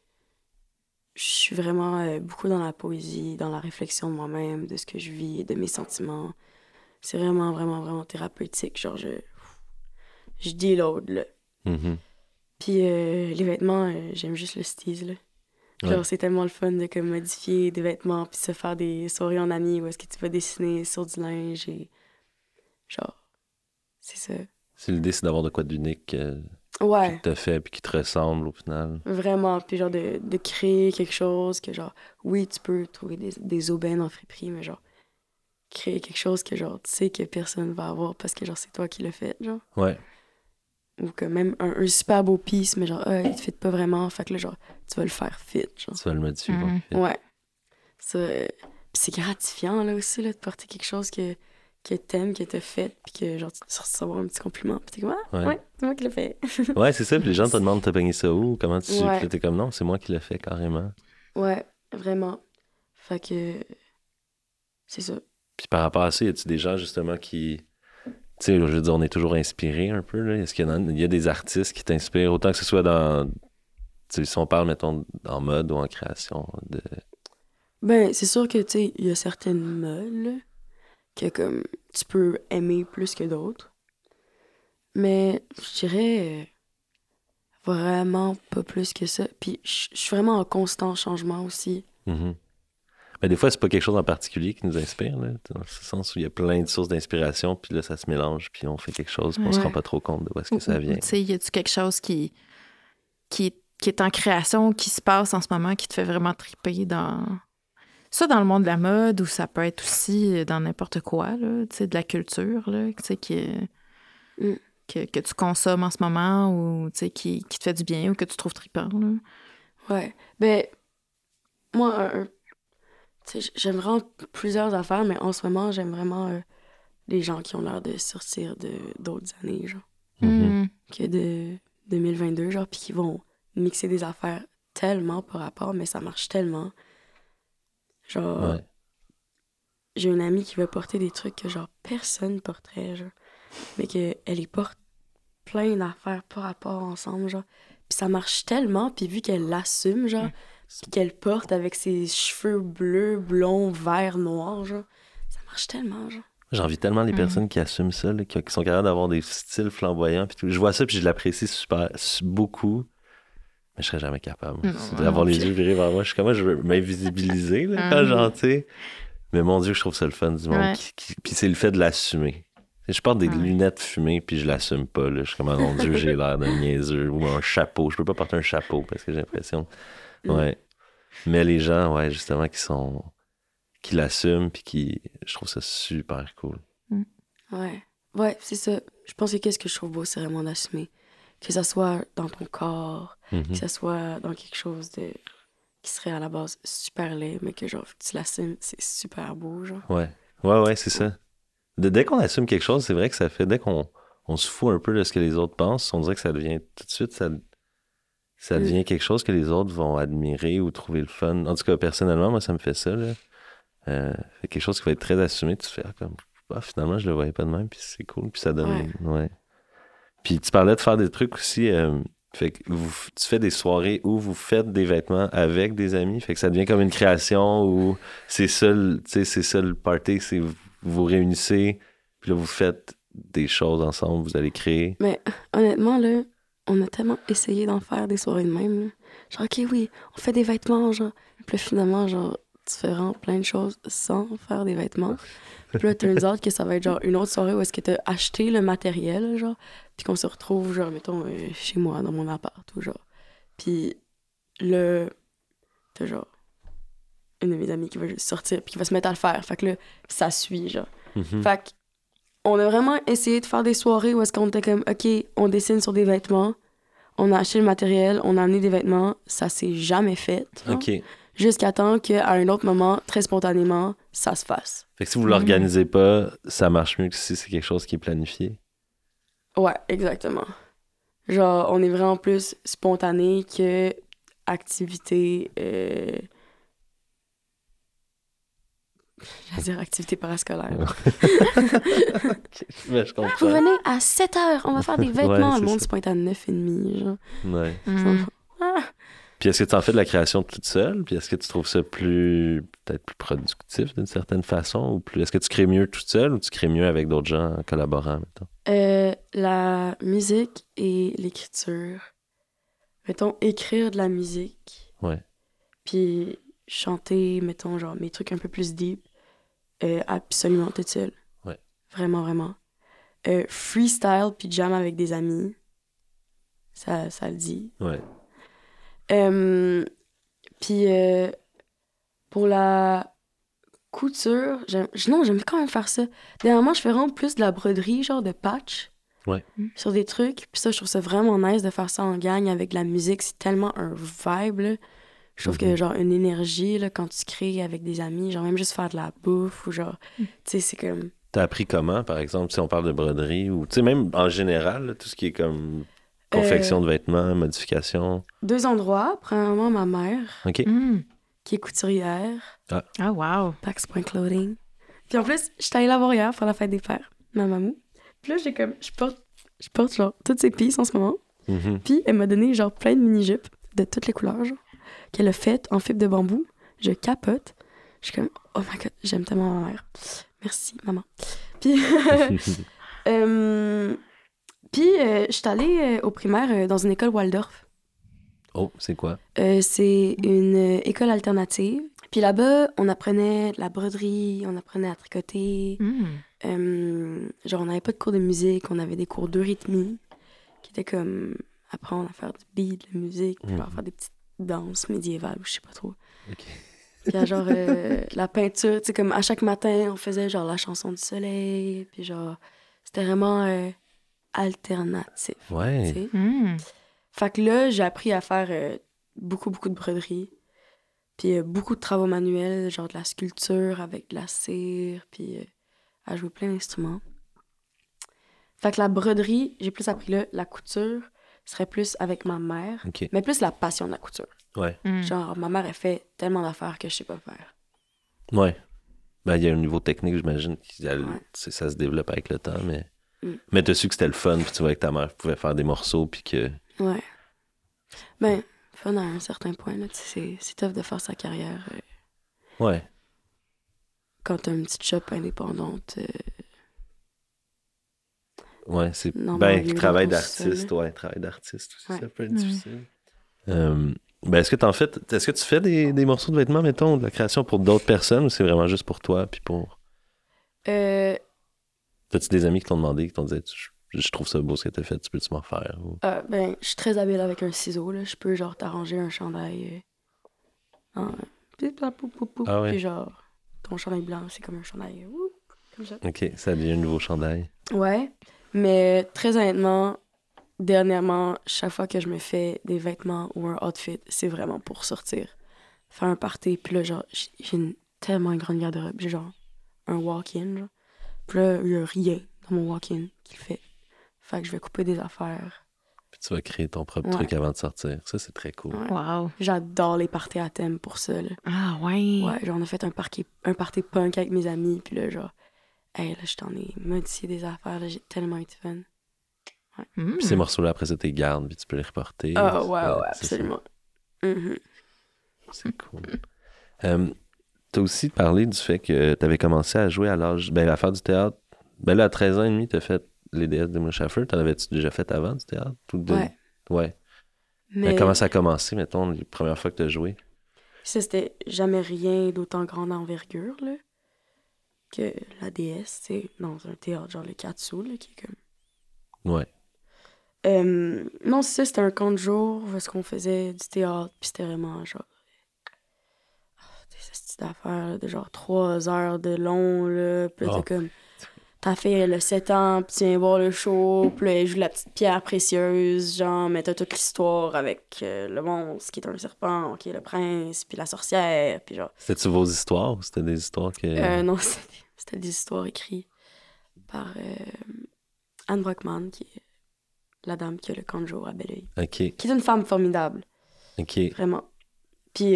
je suis vraiment beaucoup dans la poésie, dans la réflexion de moi-même, de ce que je vis, de mes sentiments. C'est vraiment, vraiment, vraiment thérapeutique. Genre, je déload, là. Mhm. Puis les vêtements, j'aime juste le style, là. Genre, Ouais. c'est tellement le fun de comme, modifier des vêtements puis se faire des soirées en amis où est-ce que tu vas dessiner sur du linge et... Genre, c'est ça. Si l'idée, c'est d'avoir de quoi d'unique Ouais, qui te fait puis qui te ressemble au final. vraiment. Puis genre, de créer quelque chose que genre... Oui, tu peux trouver des aubaines en friperie, mais genre... Créer quelque chose que genre, tu sais que personne va avoir parce que genre, c'est toi qui l'as fait, genre. Ouais. Ou que même un super beau piece, mais genre, il te fit pas vraiment. Fait que là, genre, tu vas le faire fit, genre. Tu vas le modifier. Mhm. bon. Ouais. Ça, pis c'est gratifiant, là, aussi, là, de porter quelque chose que t'aimes, que t'as fait, puis que, genre, tu recevoir un petit compliment. Puis t'es comme, ah, Ouais. ouais, c'est moi qui l'ai fait. Ouais, c'est ça. Puis les gens te demandent, t'as pogné ça où? Comment tu sais? Ouais. Puis là, t'es comme, non, c'est moi qui l'ai fait carrément. Ouais, vraiment. Fait que, c'est ça. Puis par rapport à ça, y a-tu des gens justement qui. Tu sais, je veux dire, on est toujours inspiré un peu, là. Est-ce qu'il y a des artistes qui t'inspirent, autant que ce soit dans. Tu sais, si on parle, mettons, en mode ou en création de. Ben, c'est sûr que, tu sais, il y a certaines modes, là, que, comme, tu peux aimer plus que d'autres. Mais, je dirais vraiment pas plus que ça. Puis, je suis vraiment en constant changement aussi. Mhm. Mais des fois, c'est pas quelque chose en particulier qui nous inspire, là, dans ce sens où il y a plein de sources d'inspiration, puis là, ça se mélange, puis on fait quelque chose, puis on se Ouais. rend pas trop compte de où est-ce que ça vient. Tu sais, y a-tu quelque chose qui est en création, qui se passe en ce moment, qui te fait vraiment triper dans... Ça, dans le monde de la mode, ou ça peut être aussi dans n'importe quoi, là, tu sais, de la culture, là, tu sais, Mm. que tu consommes en ce moment, ou, tu sais, qui te fait du bien, ou que tu trouves trippant, là. Ouais. Ben, moi, tu sais, j'aime vraiment plusieurs affaires, mais en ce moment, j'aime vraiment les gens qui ont l'air de sortir de d'autres années, genre, Mhm. que de 2022, genre, puis qui vont mixer des affaires tellement par rapport, mais ça marche tellement. Genre, Ouais. j'ai une amie qui va porter des trucs que, genre, personne porterait, genre, mais qu'elle les porte plein d'affaires par rapport ensemble, genre. Puis ça marche tellement, puis vu qu'elle l'assume, genre, puis qu'elle porte avec ses cheveux bleus, blonds, verts, noirs, genre, ça marche tellement, genre. J'envie tellement les Mhm. personnes qui assument ça, là, qui sont capables d'avoir des styles flamboyants, puis tout. Je vois ça, puis je l'apprécie beaucoup, mais je serais jamais capable. Non, C'est moi d'avoir non les plus. yeux virés vers moi. Je suis comme, moi, je veux m'invisibiliser, là, quand Mhm. genre, tu sais. Mais mon Dieu, je trouve ça le fun du monde. Ouais. Puis c'est le fait de l'assumer. Je porte des Ouais. lunettes fumées, puis je l'assume pas. Là. Je suis comme, ah, mon Dieu, j'ai l'air d'un niaiseux. Ou un chapeau. Je peux pas porter un chapeau parce que j'ai l'impression. Ouais. Mais les gens, ouais, justement, qui l'assument, puis je trouve ça super cool. Ouais. Ouais, c'est ça. Je pense que qu'est-ce que je trouve beau, c'est vraiment d'assumer. Que ça soit dans ton corps, Mhm. que ça soit dans quelque chose de qui serait à la base super laid, mais que genre, tu l'assumes, c'est super beau, genre. Ouais. Ouais, c'est ça. Dès qu'on assume quelque chose, c'est vrai que ça fait, dès qu'on se fout un peu de ce que les autres pensent, on dirait que ça devient, tout de suite, ça devient quelque chose que les autres vont admirer ou trouver le fun. En tout cas, personnellement, moi, ça me fait ça, là. Fait quelque chose qui va être très assumé, tu te fais comme, ah, finalement, je le voyais pas de même, puis c'est cool, puis ça donne, ouais. Puis tu parlais de faire des trucs aussi, fait que tu fais des soirées où vous faites des vêtements avec des amis, fait que ça devient comme une création où c'est ça, c'est ça le party, c'est vous vous réunissez, puis là, vous faites des choses ensemble, vous allez créer. Mais honnêtement, là, on a tellement essayé d'en faire des soirées de même, là. Genre, OK, oui, on fait des vêtements, genre. Puis là, finalement, genre, tu fais vraiment plein de choses sans faire des vêtements. Puis là, turns out que ça va être genre une autre soirée où est-ce que t'as acheté le matériel, genre, puis qu'on se retrouve, genre, mettons, chez moi, dans mon appart, ou genre. Puis là, t'as genre une de mes amies qui va juste sortir, puis qui va se mettre à le faire. Fait que là, ça suit, genre. Mhm. Fait que on a vraiment essayé de faire des soirées où est-ce qu'on était comme, OK, on dessine sur des vêtements, on a acheté le matériel, on a amené des vêtements, ça s'est jamais fait. Genre. OK. Jusqu'à temps qu'à un autre moment, très spontanément, ça se fasse. Fait que si vous l'organisez pas, ça marche mieux que si c'est quelque chose qui est planifié. Ouais, exactement. Genre, on est vraiment plus spontané que activité... Je vais dire activité parascolaire. Mais je Vous comprends. venez à 7h, on va faire des vêtements. Ouais, Le monde c'est se pointe à 9h30, genre. Ouais. Mm. Ah. Puis est-ce que tu en fais de la création toute seule? Puis est-ce que tu trouves ça peut-être plus productif d'une certaine façon? Ou plus, est-ce que tu crées mieux toute seule ou tu crées mieux avec d'autres gens en collaborant, mettons? La musique et l'écriture. Mettons, écrire de la musique. Ouais. Puis chanter, mettons, genre mes trucs un peu plus deep. Absolument toute seule. Ouais. Vraiment, vraiment. Freestyle puis jam avec des amis. Ça le dit. Ouais. Puis pour la couture, j'aime quand même faire ça. Dernièrement, je fais vraiment plus de la broderie, genre de patch. Ouais. Sur des trucs. Puis ça, je trouve ça vraiment nice de faire ça en gang avec de la musique. C'est tellement un vibe, là. Je trouve que, genre, une énergie, là, quand tu crées avec des amis, genre, même juste faire de la bouffe ou genre, tu sais, c'est comme... T'as appris comment, par exemple, si on parle de broderie ou, tu sais, même en général, là, tout ce qui est comme confection de vêtements, modification. 2 endroits. Premièrement, ma mère, OK. Mm. qui est couturière. Ah, wow. Pax Point Clothing. Puis en plus, j'étais allée la voir hier pour la fête des pères, ma mamou. Puis là, je porte genre toutes ses pistes en ce moment. Mhm. Puis elle m'a donné genre plein de mini-jupes de toutes les couleurs, genre, qu'elle a faites en fibre de bambou. Je capote. Je suis comme, oh my god, j'aime tellement ma mère. Merci, maman. Puis, je suis allée au primaire dans une école Waldorf. Oh, c'est quoi? C'est une école alternative. Puis là-bas, on apprenait de la broderie, on apprenait à tricoter. Genre, on n'avait pas de cours de musique, on avait des cours d'eurythmie, qui étaient comme apprendre à faire du beat, de la musique, puis genre faire des petites danses médiévales, ou je sais pas trop. OK. Puis genre, la peinture, tu sais, comme à chaque matin, on faisait genre la chanson du soleil, puis genre, c'était vraiment alternatif, Ouais. tu sais. Mm. Fait que là, j'ai appris à faire beaucoup, beaucoup de broderie. Puis beaucoup de travaux manuels, genre de la sculpture avec de la cire, puis à jouer plein d'instruments. Fait que la broderie, j'ai plus appris là. La couture serait plus avec ma mère, OK. mais plus la passion de la couture. Ouais. Mm. Genre, ma mère, elle fait tellement d'affaires que je sais pas faire. Ouais. Ben, il y a un niveau technique, j'imagine, Ouais. ça se développe avec le temps, mais... Mm. Mais t'as su que c'était le fun, puis tu vois que ta mère pouvait faire des morceaux, puis que... Ouais. Ben, fun à un certain point, là. Tu sais, c'est tough de faire sa carrière Ouais. quand t'as une petite shop indépendante. Ouais, c'est... Non, Ben, mais travail dans ton sol, d'artiste, ouais, travail d'artiste aussi, Ouais. ça peut être difficile. Ben, est-ce que tu fais des morceaux de vêtements, mettons, de la création pour d'autres personnes, ou c'est vraiment juste pour toi, puis pour... Euh, T'as-tu des amis qui t'ont demandé, qui t'ont dit je trouve ça beau ce que t'as fait, tu peux-tu m'en faire? Ou... Ben, je suis très habile avec un ciseau, là. Je peux, genre, t'arranger un chandail Ah ouais. puis genre, ton chandail blanc, c'est comme un chandail, comme ça. OK, ça devient un nouveau chandail. Ouais, mais très honnêtement, dernièrement, chaque fois que je me fais des vêtements ou un outfit, c'est vraiment pour sortir, faire un party, puis là, genre, j'ai tellement une grande garde-robe, j'ai genre un walk-in, genre. Puis là, il y a rien dans mon walk-in qui le fait. Fait que je vais couper des affaires. Puis tu vas créer ton propre Ouais. truc avant de sortir. Ça, c'est très cool. Ouais. Wow. J'adore les parties à thème pour ça, là. Ah, ouais. Ouais, genre, on a fait un party punk avec mes amis, puis là, genre, hey, là, je t'en ai modifié des affaires, là, j'ai tellement eu de fun. Mm. Puis ces morceaux-là, après ça, t'es gardes, puis tu peux les reporter. Ah, ouais, c'est ça. absolument. Mhm. C'est cool. T'as aussi parlé du fait que t'avais commencé à jouer à l'âge... Ben, à faire du théâtre. Ben là, à 13 ans et demi, t'as fait les déesses de Mouchaffer. T'en avais-tu déjà fait avant du théâtre? Ouais. Ouais. Mais Ben, comment ça a commencé, mettons, les premières fois que t'as joué? ça, c'était jamais rien d'autant grande envergure, là, que la déesse, tu sais, dans un théâtre, genre le Katsu, là, qui est comme... Ouais. Non, c'est ça, c'était un camp de jour où est-ce qu'on faisait du théâtre, puis c'était vraiment genre des petites affaires là, de genre 3 heures de long, là, puis là, Oh. t'as comme t'as fait le 7 ans, puis tu viens voir le show, puis là, elle joue la petite pierre précieuse, genre, mais t'as toute l'histoire avec le monstre qui est un serpent, qui est le prince, puis la sorcière, puis genre... C'était-tu vos histoires ou c'était des histoires que... Non, c'était des histoires écrites par Anne Brockman, qui est la dame qui a le camp de jour à Belleuil. OK. Qui est une femme formidable, OK. vraiment. Puis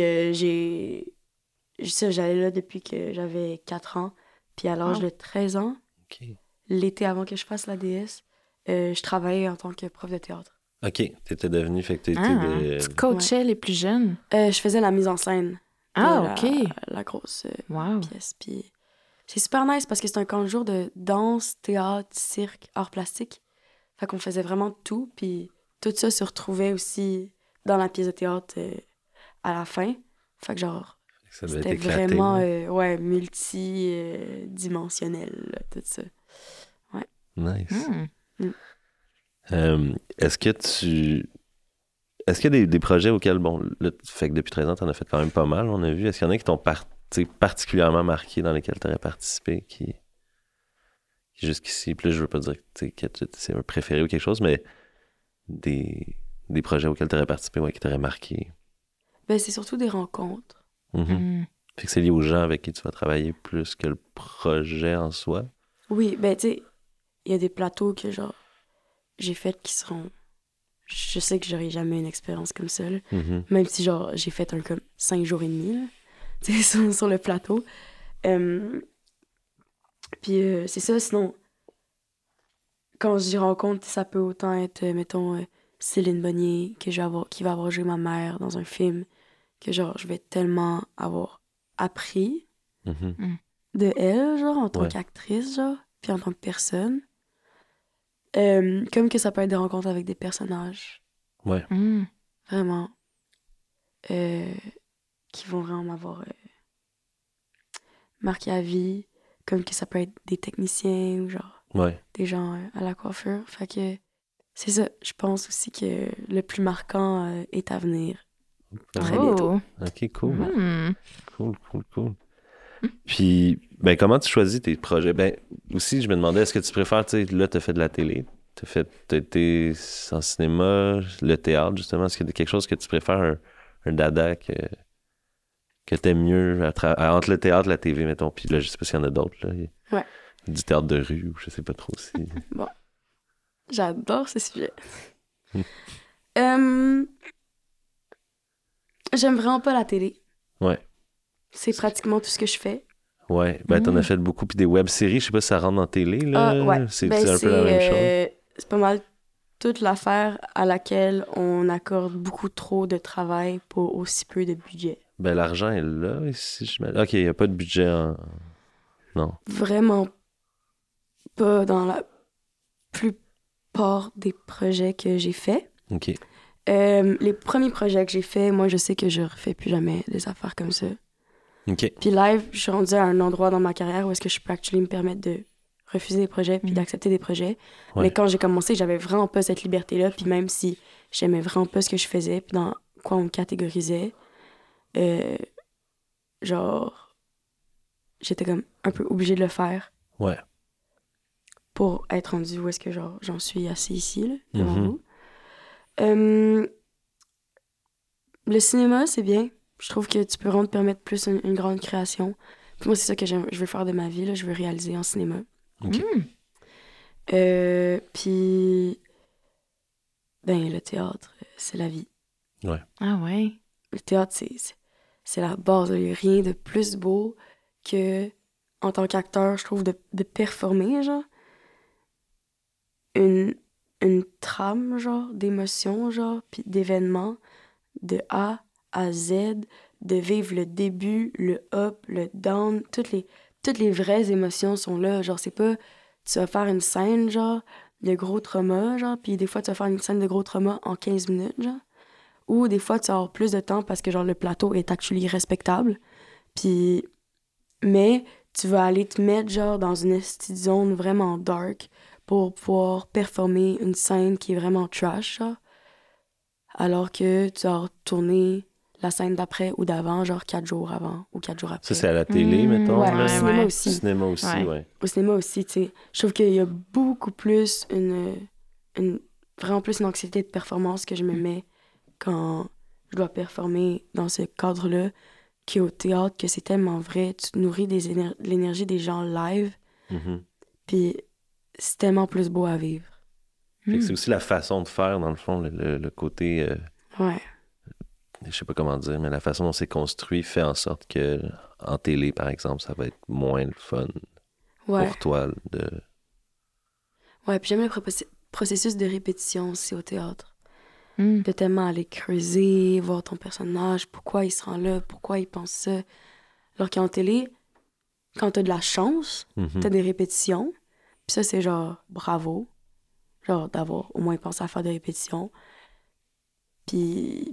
j'allais là depuis que j'avais 4 ans. Puis à l'âge de 13 ans, OK. l'été avant que je fasse la DS, je travaillais en tant que prof de théâtre. OK. T'étais devenu, fait que t'étais Tu coachais les plus jeunes. Je faisais la mise en scène. Ah, de OK. La grosse Wow. pièce. Puis c'est super nice parce que c'est un camp de jour de danse, théâtre, cirque, arts plastiques. Fait qu'on faisait vraiment tout. Puis tout ça se retrouvait aussi dans la pièce de théâtre à la fin. Fait que genre, ça devait c'était être éclaté, vraiment là. multidimensionnel, tout ça. Nice. Mm. Est-ce qu'il y a des projets auxquels, bon, là, fait que depuis 13 ans, t'en as fait quand même pas mal, on a vu. Est-ce qu'il y en a qui t'ont particulièrement marqué, dans lesquels t'aurais participé, qui jusqu'ici, puis là, je veux pas dire que c'est un préféré ou quelque chose, mais des projets auxquels t'aurais participé, ouais, qui t'auraient marqué? Ben, c'est surtout des rencontres. Mhm. Fait que c'est lié aux gens avec qui tu vas travailler plus que le projet en soi. Oui, ben, tu sais, il y a des plateaux que, genre, j'ai fait qui seront... Je sais que j'aurai jamais une expérience comme ça, là. Mhm. Même si, genre, j'ai fait un comme 5 jours et demi, là, tu sais, sur le plateau. Puis c'est ça, sinon, quand j'y rencontre, ça peut autant être, mettons, Céline Bonnier, qui va avoir joué ma mère dans un film, que, genre, je vais tellement avoir appris Mhm. de elle, genre, en tant Ouais. qu'actrice, genre, puis en tant que personne. Comme que ça peut être des rencontres avec des personnages, Ouais. Mm. vraiment, qui vont vraiment m'avoir marqué à vie, comme que ça peut être des techniciens ou genre Ouais. des gens à la coiffure. Fait que c'est ça, je pense aussi que le plus marquant est à venir. Très bientôt. OK, cool. Mm. Cool. Puis, ben, comment tu choisis tes projets? Ben, aussi, je me demandais, est-ce que tu préfères, tu sais, là, t'as fait de la télé, t'as été en cinéma, le théâtre, justement. Est-ce qu'il y a quelque chose que tu préfères, un dada que t'aimes mieux entre le théâtre et la TV, mettons? Puis là, je sais pas s'il y en a d'autres, là. Ouais. Du théâtre de rue, ou je sais pas trop si... Bon, j'adore ce sujet. J'aime vraiment pas la télé. Ouais. C'est pratiquement tout ce que je fais. Ouais, ben t'en as fait beaucoup, puis des web-séries, je sais pas si ça rentre en télé, là. Ah, ouais. C'est Ben, un peu la même chose. C'est pas mal toute l'affaire à laquelle on accorde beaucoup trop de travail pour aussi peu de budget. Ben, l'argent est là, ici, OK, il n'y a pas de budget Non. Vraiment pas dans la plupart des projets que j'ai faits. OK. Les premiers projets que j'ai faits, moi, je sais que je refais plus jamais des affaires comme ça. OK. Puis live, je suis rendue à un endroit dans ma carrière où est-ce que je peux actually me permettre de refuser des projets puis d'accepter des projets. Ouais. Mais quand j'ai commencé, j'avais vraiment pas cette liberté-là. Puis même si j'aimais vraiment pas ce que je faisais puis dans quoi on me catégorisait, genre, j'étais comme un peu obligée de le faire Ouais. pour être rendue où est-ce que genre j'en suis assis ici, là, devant Mhm. vous. Le cinéma, c'est bien. Je trouve que tu peux vraiment te permettre plus une grande création. Puis moi, c'est ça que je veux faire de ma vie, là. Je veux réaliser en cinéma. OK. Puis, ben, le théâtre, c'est la vie. Ouais. Ah ouais. Le théâtre, c'est la base. Il n'y a rien de plus beau que, en tant qu'acteur, je trouve, de performer, genre, une trame, genre, d'émotions, genre, puis d'événements, de A à Z, de vivre le début, le up, le down, toutes les vraies émotions sont là. Genre, c'est pas, tu vas faire une scène, genre, de gros trauma, genre, puis des fois, tu vas faire une scène de gros trauma en 15 minutes, genre. Ou des fois, tu vas avoir plus de temps parce que, genre, le plateau est actually respectable. Puis, mais tu vas aller te mettre, genre, dans une petite zone vraiment dark pour pouvoir performer une scène qui est vraiment trash, genre. Alors que tu vas tourner la scène d'après ou d'avant, genre 4 jours avant ou 4 jours après. Ça, c'est à la télé, mettons. Ouais, là. au cinéma ouais. aussi. Cinéma aussi, ouais. Au cinéma aussi, tu sais. Je trouve qu'il y a beaucoup plus vraiment plus une anxiété de performance que je me mets quand je dois performer dans ce cadre-là qu'au théâtre, que c'est tellement vrai. Tu te nourris de l'énergie des gens live, Mhm. puis c'est tellement plus beau à vivre. Fait que c'est aussi la façon de faire, dans le fond, le côté... Ouais. je sais pas comment dire, mais la façon dont c'est construit fait en sorte que en télé, par exemple, ça va être moins le fun pour toi de... Ouais, puis j'aime le processus de répétition aussi au théâtre. De tellement aller creuser, voir ton personnage, pourquoi il se rend là, pourquoi il pense ça. Alors qu'en télé, quand t'as de la chance, t'as des répétitions, puis ça, c'est genre bravo, genre d'avoir au moins pensé à faire des répétitions. Puis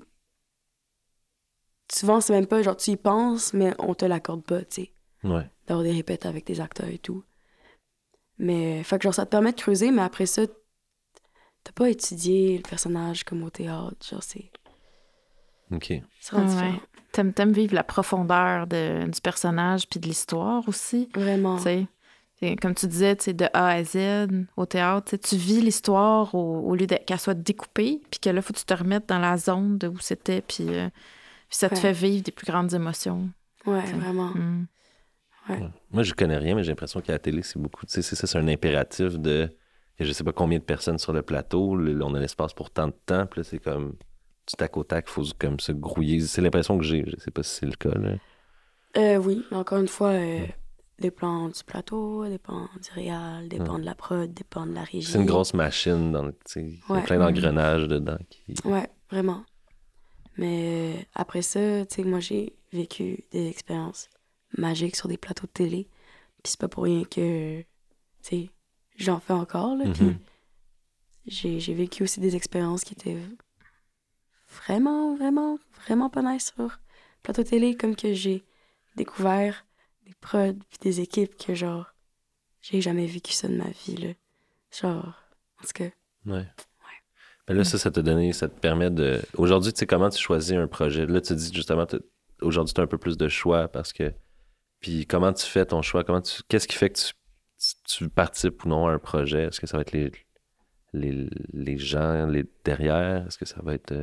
souvent, c'est même pas genre tu y penses, mais on te l'accorde pas, tu sais. Ouais. D'avoir des répètes avec des acteurs et tout. Mais, fait que genre, ça te permet de creuser, mais après ça, t'as pas étudié le personnage comme au théâtre. Genre, c'est. OK. C'est vraiment différent. T'aimes vivre la profondeur du personnage puis de l'histoire aussi. Vraiment. T'sais, comme tu disais, de A à Z au théâtre, tu vis l'histoire au lieu qu'elle soit découpée, puis que là, faut que tu te remettes dans la zone de où c'était, puis ça te fait vivre des plus grandes émotions. Ouais, vraiment. Ouais. Moi, je connais rien, mais j'ai l'impression qu'à la télé, c'est beaucoup... Tu sais, c'est un impératif de... Il y a je sais pas combien de personnes sur le plateau, on a l'espace pour tant de temps, puis là, c'est comme... Du tac au tac, il faut comme se grouiller. C'est l'impression que j'ai. Je sais pas si c'est le cas, là. Oui, mais encore une fois, dépend du plateau, dépend du réal, dépend de la prod, dépend de la régie. C'est une grosse machine, il y a plein d'engrenages dedans. Ouais, vraiment. Mais après ça, tu sais, moi, j'ai vécu des expériences magiques sur des plateaux de télé. Puis c'est pas pour rien que, tu sais, j'en fais encore, là. Puis j'ai vécu aussi des expériences qui étaient vraiment, vraiment, vraiment pas nice sur plateau de télé, comme que j'ai découvert des prods puis des équipes que, genre, j'ai jamais vécu ça de ma vie, là. Genre, en tout cas... Ouais. Ben là, ça te permet de... Aujourd'hui, tu sais, comment tu choisis un projet? Là, tu dis, justement, aujourd'hui, tu as un peu plus de choix parce que... Puis comment tu fais ton choix? Qu'est-ce qui fait que tu participes ou non à un projet? Est-ce que ça va être les gens derrière? Est-ce que ça va être...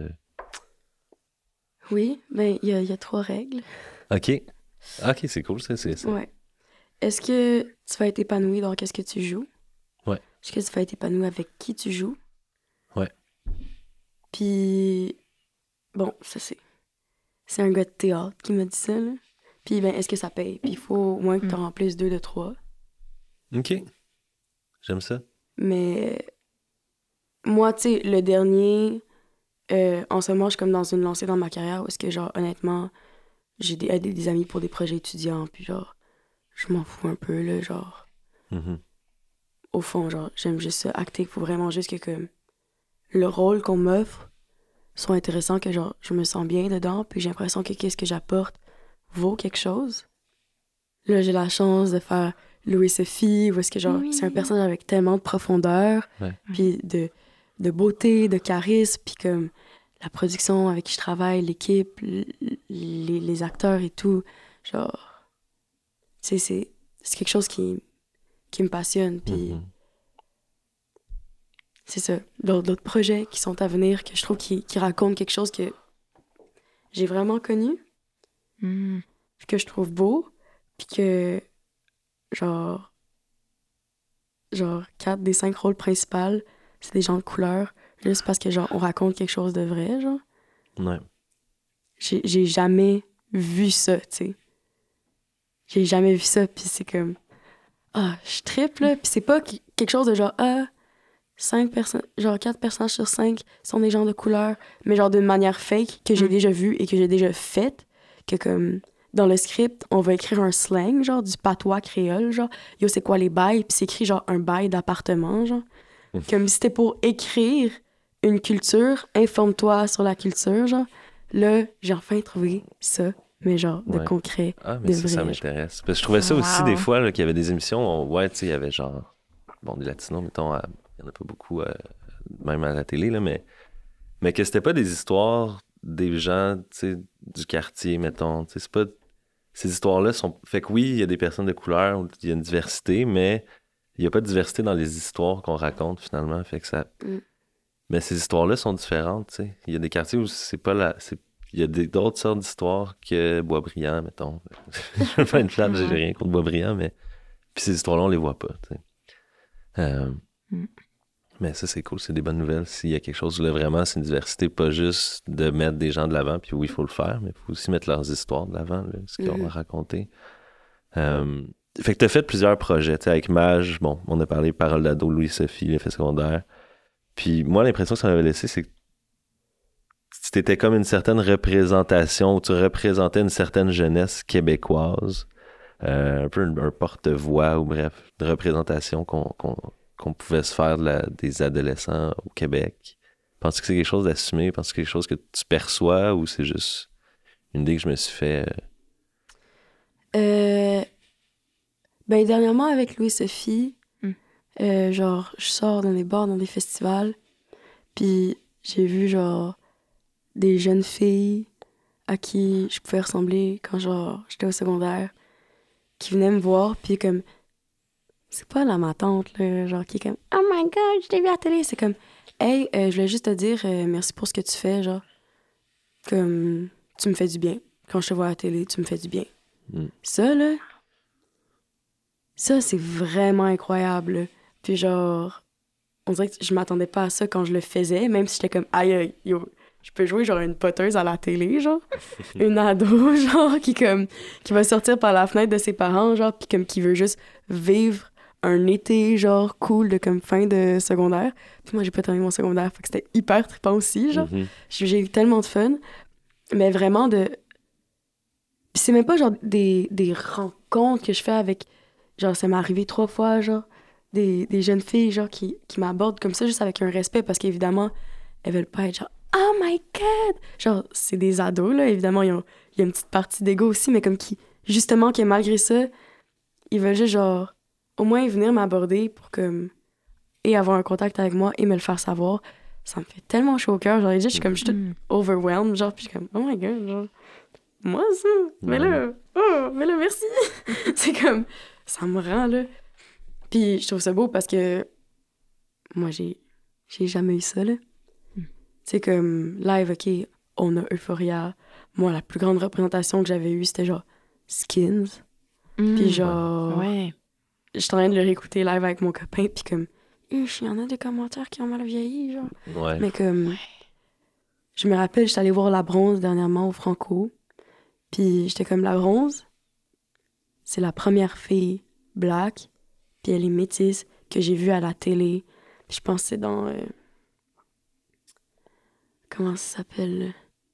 Oui, ben il y a 3 règles. OK, c'est cool, c'est ça. Ouais. Est-ce que tu vas être épanoui dans qu'est-ce que tu joues? Ouais. Est-ce que tu vas être épanoui avec qui tu joues? Ouais. Puis, bon, ça c'est un gars de théâtre qui m'a dit ça, là. Puis, ben, est-ce que ça paye? Puis il faut au moins que tu en remplisses 2 de 3. OK. J'aime ça. Mais moi, tu sais, le dernier... en ce moment, je suis comme dans une lancée dans ma carrière où est-ce que, genre, honnêtement, j'ai des amis pour des projets étudiants, puis genre, je m'en fous un peu, là, genre. Au fond, genre, j'aime juste ça, acter. Il faut vraiment juste que, comme, le rôle qu'on m'offre soit intéressant, que, genre, je me sens bien dedans, puis j'ai l'impression que qu'est-ce que j'apporte vaut quelque chose. Là, j'ai la chance de faire Louis Sophie, où est-ce que, genre, c'est un personnage avec tellement de profondeur, puis de beauté, de charisme, puis comme la production avec qui je travaille, l'équipe, les acteurs et tout, genre, tu sais, c'est quelque chose qui me passionne, puis c'est ça. D'autres projets qui sont à venir, que je trouve qui racontent quelque chose que j'ai vraiment connu, puis que je trouve beau, puis que, genre 4 des 5 rôles principaux, c'est des gens de couleur, juste parce que, genre, on raconte quelque chose de vrai, genre. Ouais. J'ai jamais vu ça, tu sais. J'ai jamais vu ça, puis c'est comme... je trippe, là, puis c'est pas quelque chose de genre, 5 personnes, genre 4 personnages sur 5 sont des gens de couleur, mais genre d'une manière fake, que j'ai déjà vu et que j'ai déjà faite, que comme... Dans le script, on va écrire un slang, genre, du patois créole, genre, yo, c'est quoi les bails, puis c'est écrit, genre, un bail d'appartement, genre. Comme si c'était pour écrire une culture, informe-toi sur la culture, genre. Là, j'ai enfin trouvé ça, mais genre, de concret, mais de vrai. Ça m'intéresse. Parce que je trouvais ça aussi, des fois, là, qu'il y avait des émissions, tu sais, il y avait genre, bon, des latinos, mettons, il n'y en a pas beaucoup, même à la télé, là, mais que c'était pas des histoires des gens, tu sais, du quartier, mettons, tu sais, c'est pas... Ces histoires-là sont... Fait que oui, il y a des personnes de couleur, il y a une diversité, mais il n'y a pas de diversité dans les histoires qu'on raconte, finalement. Fait que ça... Mais ces histoires-là sont différentes, tu sais. Il y a des quartiers où c'est pas la... Il y a d'autres sortes d'histoires que Boisbriand, mettons. Je veux pas une flatte, j'ai rien contre Boisbriand, mais... Puis ces histoires-là, on les voit pas, tu sais. Mais ça, c'est cool, c'est des bonnes nouvelles. S'il y a quelque chose, là, vraiment, c'est une diversité, pas juste de mettre des gens de l'avant, puis oui, il faut le faire, mais il faut aussi mettre leurs histoires de l'avant, là, ce qu'ils ont à raconter. Fait que tu as fait plusieurs projets, tu sais, avec Mage, bon, on a parlé Parole d'ado, Louis-Sophie, l'effet secondaire. Puis moi, l'impression que ça m'avait laissé, c'est que c'était comme une certaine représentation, où tu représentais une certaine jeunesse québécoise, un peu un porte-voix, ou bref, de représentation qu'on pouvait se faire des adolescents au Québec. Penses-tu que c'est quelque chose d'assumé? Penses-tu que c'est quelque chose que tu perçois ou c'est juste une idée que je me suis fait? Ben, dernièrement, avec Louis-Sophie, genre, je sors dans des bars, dans des festivals, puis j'ai vu, genre, des jeunes filles à qui je pouvais ressembler quand, genre, j'étais au secondaire, qui venaient me voir, puis comme... C'est pas là ma tante, là, genre, qui est comme « Oh my God, je t'ai vu à la télé! » C'est comme « Hey, je voulais juste te dire merci pour ce que tu fais, genre. Comme, tu me fais du bien. Quand je te vois à la télé, tu me fais du bien. » Ça, là... Ça, c'est vraiment incroyable, là. Puis genre, on dirait que je m'attendais pas à ça quand je le faisais, même si j'étais comme, aïe, yo, je peux jouer genre une poteuse à la télé, genre. Une ado, genre, qui va sortir par la fenêtre de ses parents, genre, puis comme qui veut juste vivre un été, genre, cool de comme fin de secondaire. Puis moi, j'ai pas terminé mon secondaire, fait que c'était hyper trippant aussi, genre. J'ai eu tellement de fun, mais vraiment de... Puis c'est même pas genre des rencontres que je fais avec... Genre, ça m'est arrivé 3 fois, genre, des jeunes filles, genre, qui m'abordent comme ça, juste avec un respect, parce qu'évidemment, elles veulent pas être genre « Oh my God! » Genre, c'est des ados, là, évidemment, il y a une petite partie d'ego aussi, mais comme qui, justement, que malgré ça, ils veulent juste, genre, au moins venir m'aborder pour, comme, et avoir un contact avec moi et me le faire savoir. Ça me fait tellement chaud au cœur, genre, je suis comme, je suis toute overwhelmed, genre, puis je suis comme « Oh my God! » genre, moi, ça? Mais là, merci! C'est comme... Ça me rend, là. Puis je trouve ça beau parce que moi, j'ai jamais eu ça, là. C'est comme live, OK, on a Euphoria. Moi, la plus grande représentation que j'avais eue, c'était genre Skins. Puis genre... Ouais. J'étais en train de le réécouter live avec mon copain, puis comme... Il y en a des commentaires qui ont mal vieilli, genre. Ouais. Mais comme... Je me rappelle, j'étais allée voir La Bronze dernièrement au Franco. Puis j'étais comme, La Bronze... C'est la première fille black, puis elle est métisse, que j'ai vue à la télé. Puis je pense que c'est dans... comment ça s'appelle?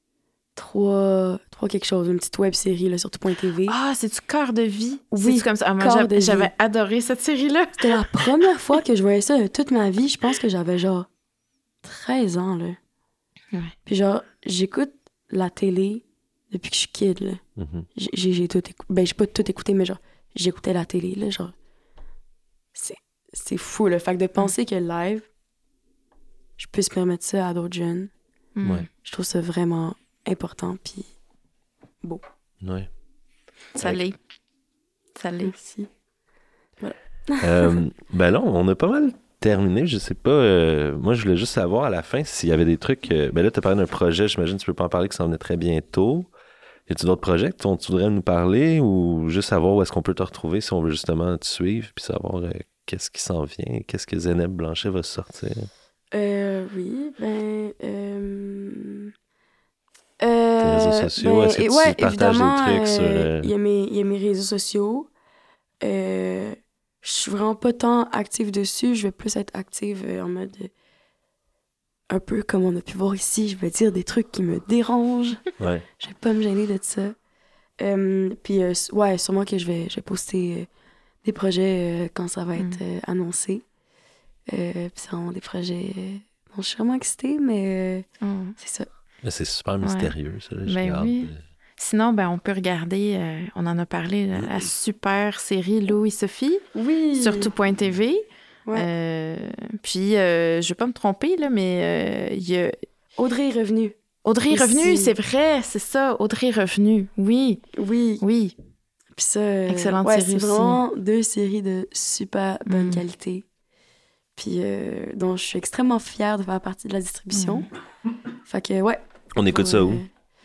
3 quelque chose, une petite web-série là, sur tout.tv. Ah, c'est-tu Cœur de vie? Oui, c'est comme ça. Moi, Cœur de vie. j'avais adoré cette série-là. C'était la première fois que je voyais ça de toute ma vie. Je pense que j'avais genre 13 ans, là. Ouais. Puis genre, j'écoute la télé depuis que je suis kid, là. J'ai tout écouté. Ben, j'ai pas tout écouté, mais genre, j'écoutais la télé, là, genre. C'est fou, le fait de penser que live, je puisse permettre ça à d'autres jeunes. Ouais. Je trouve ça vraiment important, puis beau. Ouais. Ça l'est. Ça l'est. Merci. Voilà. Ben là, on a pas mal terminé. Je sais pas. Moi, je voulais juste savoir à la fin s'il y avait des trucs. Ben là, tu as parlé d'un projet, j'imagine que tu peux pas en parler, que ça en venait très bientôt. Y a-tu d'autres projets dont tu voudrais nous parler ou juste savoir où est-ce qu'on peut te retrouver si on veut justement te suivre puis savoir qu'est-ce qui s'en vient, qu'est-ce que Zénep Blanchet va sortir? Oui, ben... Tes réseaux sociaux, ben, est-ce que tu ouais, partages des trucs sur... Il y a mes réseaux sociaux. Je suis vraiment pas tant active dessus. Je vais plus être active en mode... un peu comme on a pu voir ici, je vais dire des trucs qui me dérangent. Ouais. Je vais pas me gêner de ça. Puis, ouais, sûrement que je vais poster des projets quand ça va être annoncé. Puis c'est vraiment des projets dont je suis vraiment excitée, mais c'est ça. Mais c'est super mystérieux, ça. Là, Ben oui. Sinon, ben, on peut regarder, on en a parlé, la super série Lou et Sophie sur tout.tv. Ouais. Puis, je vais pas me tromper, là, mais il y a... Audrey est revenue. Audrey est revenue, c'est vrai, c'est ça. Audrey est revenue, oui. Oui. Oui. Puis ça... Excellente ouais, série c'est vraiment 2 séries de super bonne qualité. Puis dont je suis extrêmement fière de faire partie de la distribution. Fait que, ouais. On écoute ça où?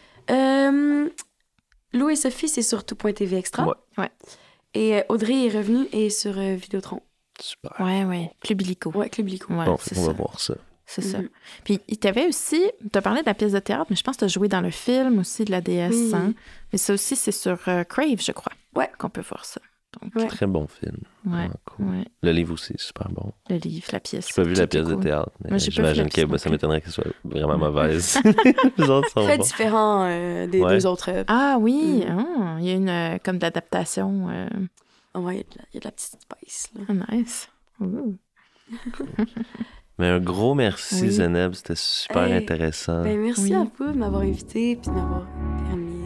Lou et Sophie, c'est sur tout.tv Extra. Ouais. Et Audrey est revenue et sur Vidéotron. Super. Ouais. Club Illico. Ouais, Club Illico. Ouais, Bon, c'est on va ça. voir ça. C'est ça. Puis, il t'avait aussi... Tu as parlé de la pièce de théâtre, mais je pense que tu as joué dans le film aussi de la déesse. Oui. Hein? Mais ça aussi, c'est sur Crave, je crois. Ouais. Qu'on peut voir ça. Donc, Ouais. Très bon film. Ouais. Vraiment cool. Ouais. Le livre aussi, super bon. Le livre, la pièce. J'ai pas vu la tout est pièce de cool. théâtre, mais Moi, j'ai pas vu j'imagine la pièce que non ça plus. m'étonnerait qu'elle soit vraiment mauvaise. Les autres sont Très bons. différent des Ouais. deux autres. Ah oui, il y a une comme d'adaptation. Ouais, il y a de la petite spice. Là. Nice. Ouh. Mais un gros merci, Oui. Zeneb. C'était super Hey, intéressant. Ben, merci Oui. à vous de m'avoir invité et de m'avoir permis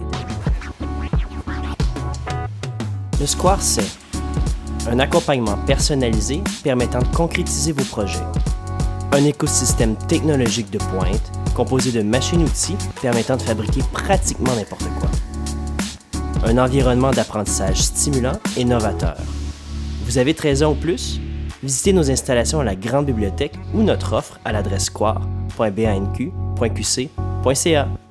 Le Square, c'est un accompagnement personnalisé permettant de concrétiser vos projets, un écosystème technologique de pointe composé de machines-outils permettant de fabriquer pratiquement n'importe quoi, un environnement d'apprentissage stimulant et novateur. Vous avez 13 ans ou plus? Visitez nos installations à la Grande Bibliothèque ou notre offre à l'adresse square.banq.qc.ca.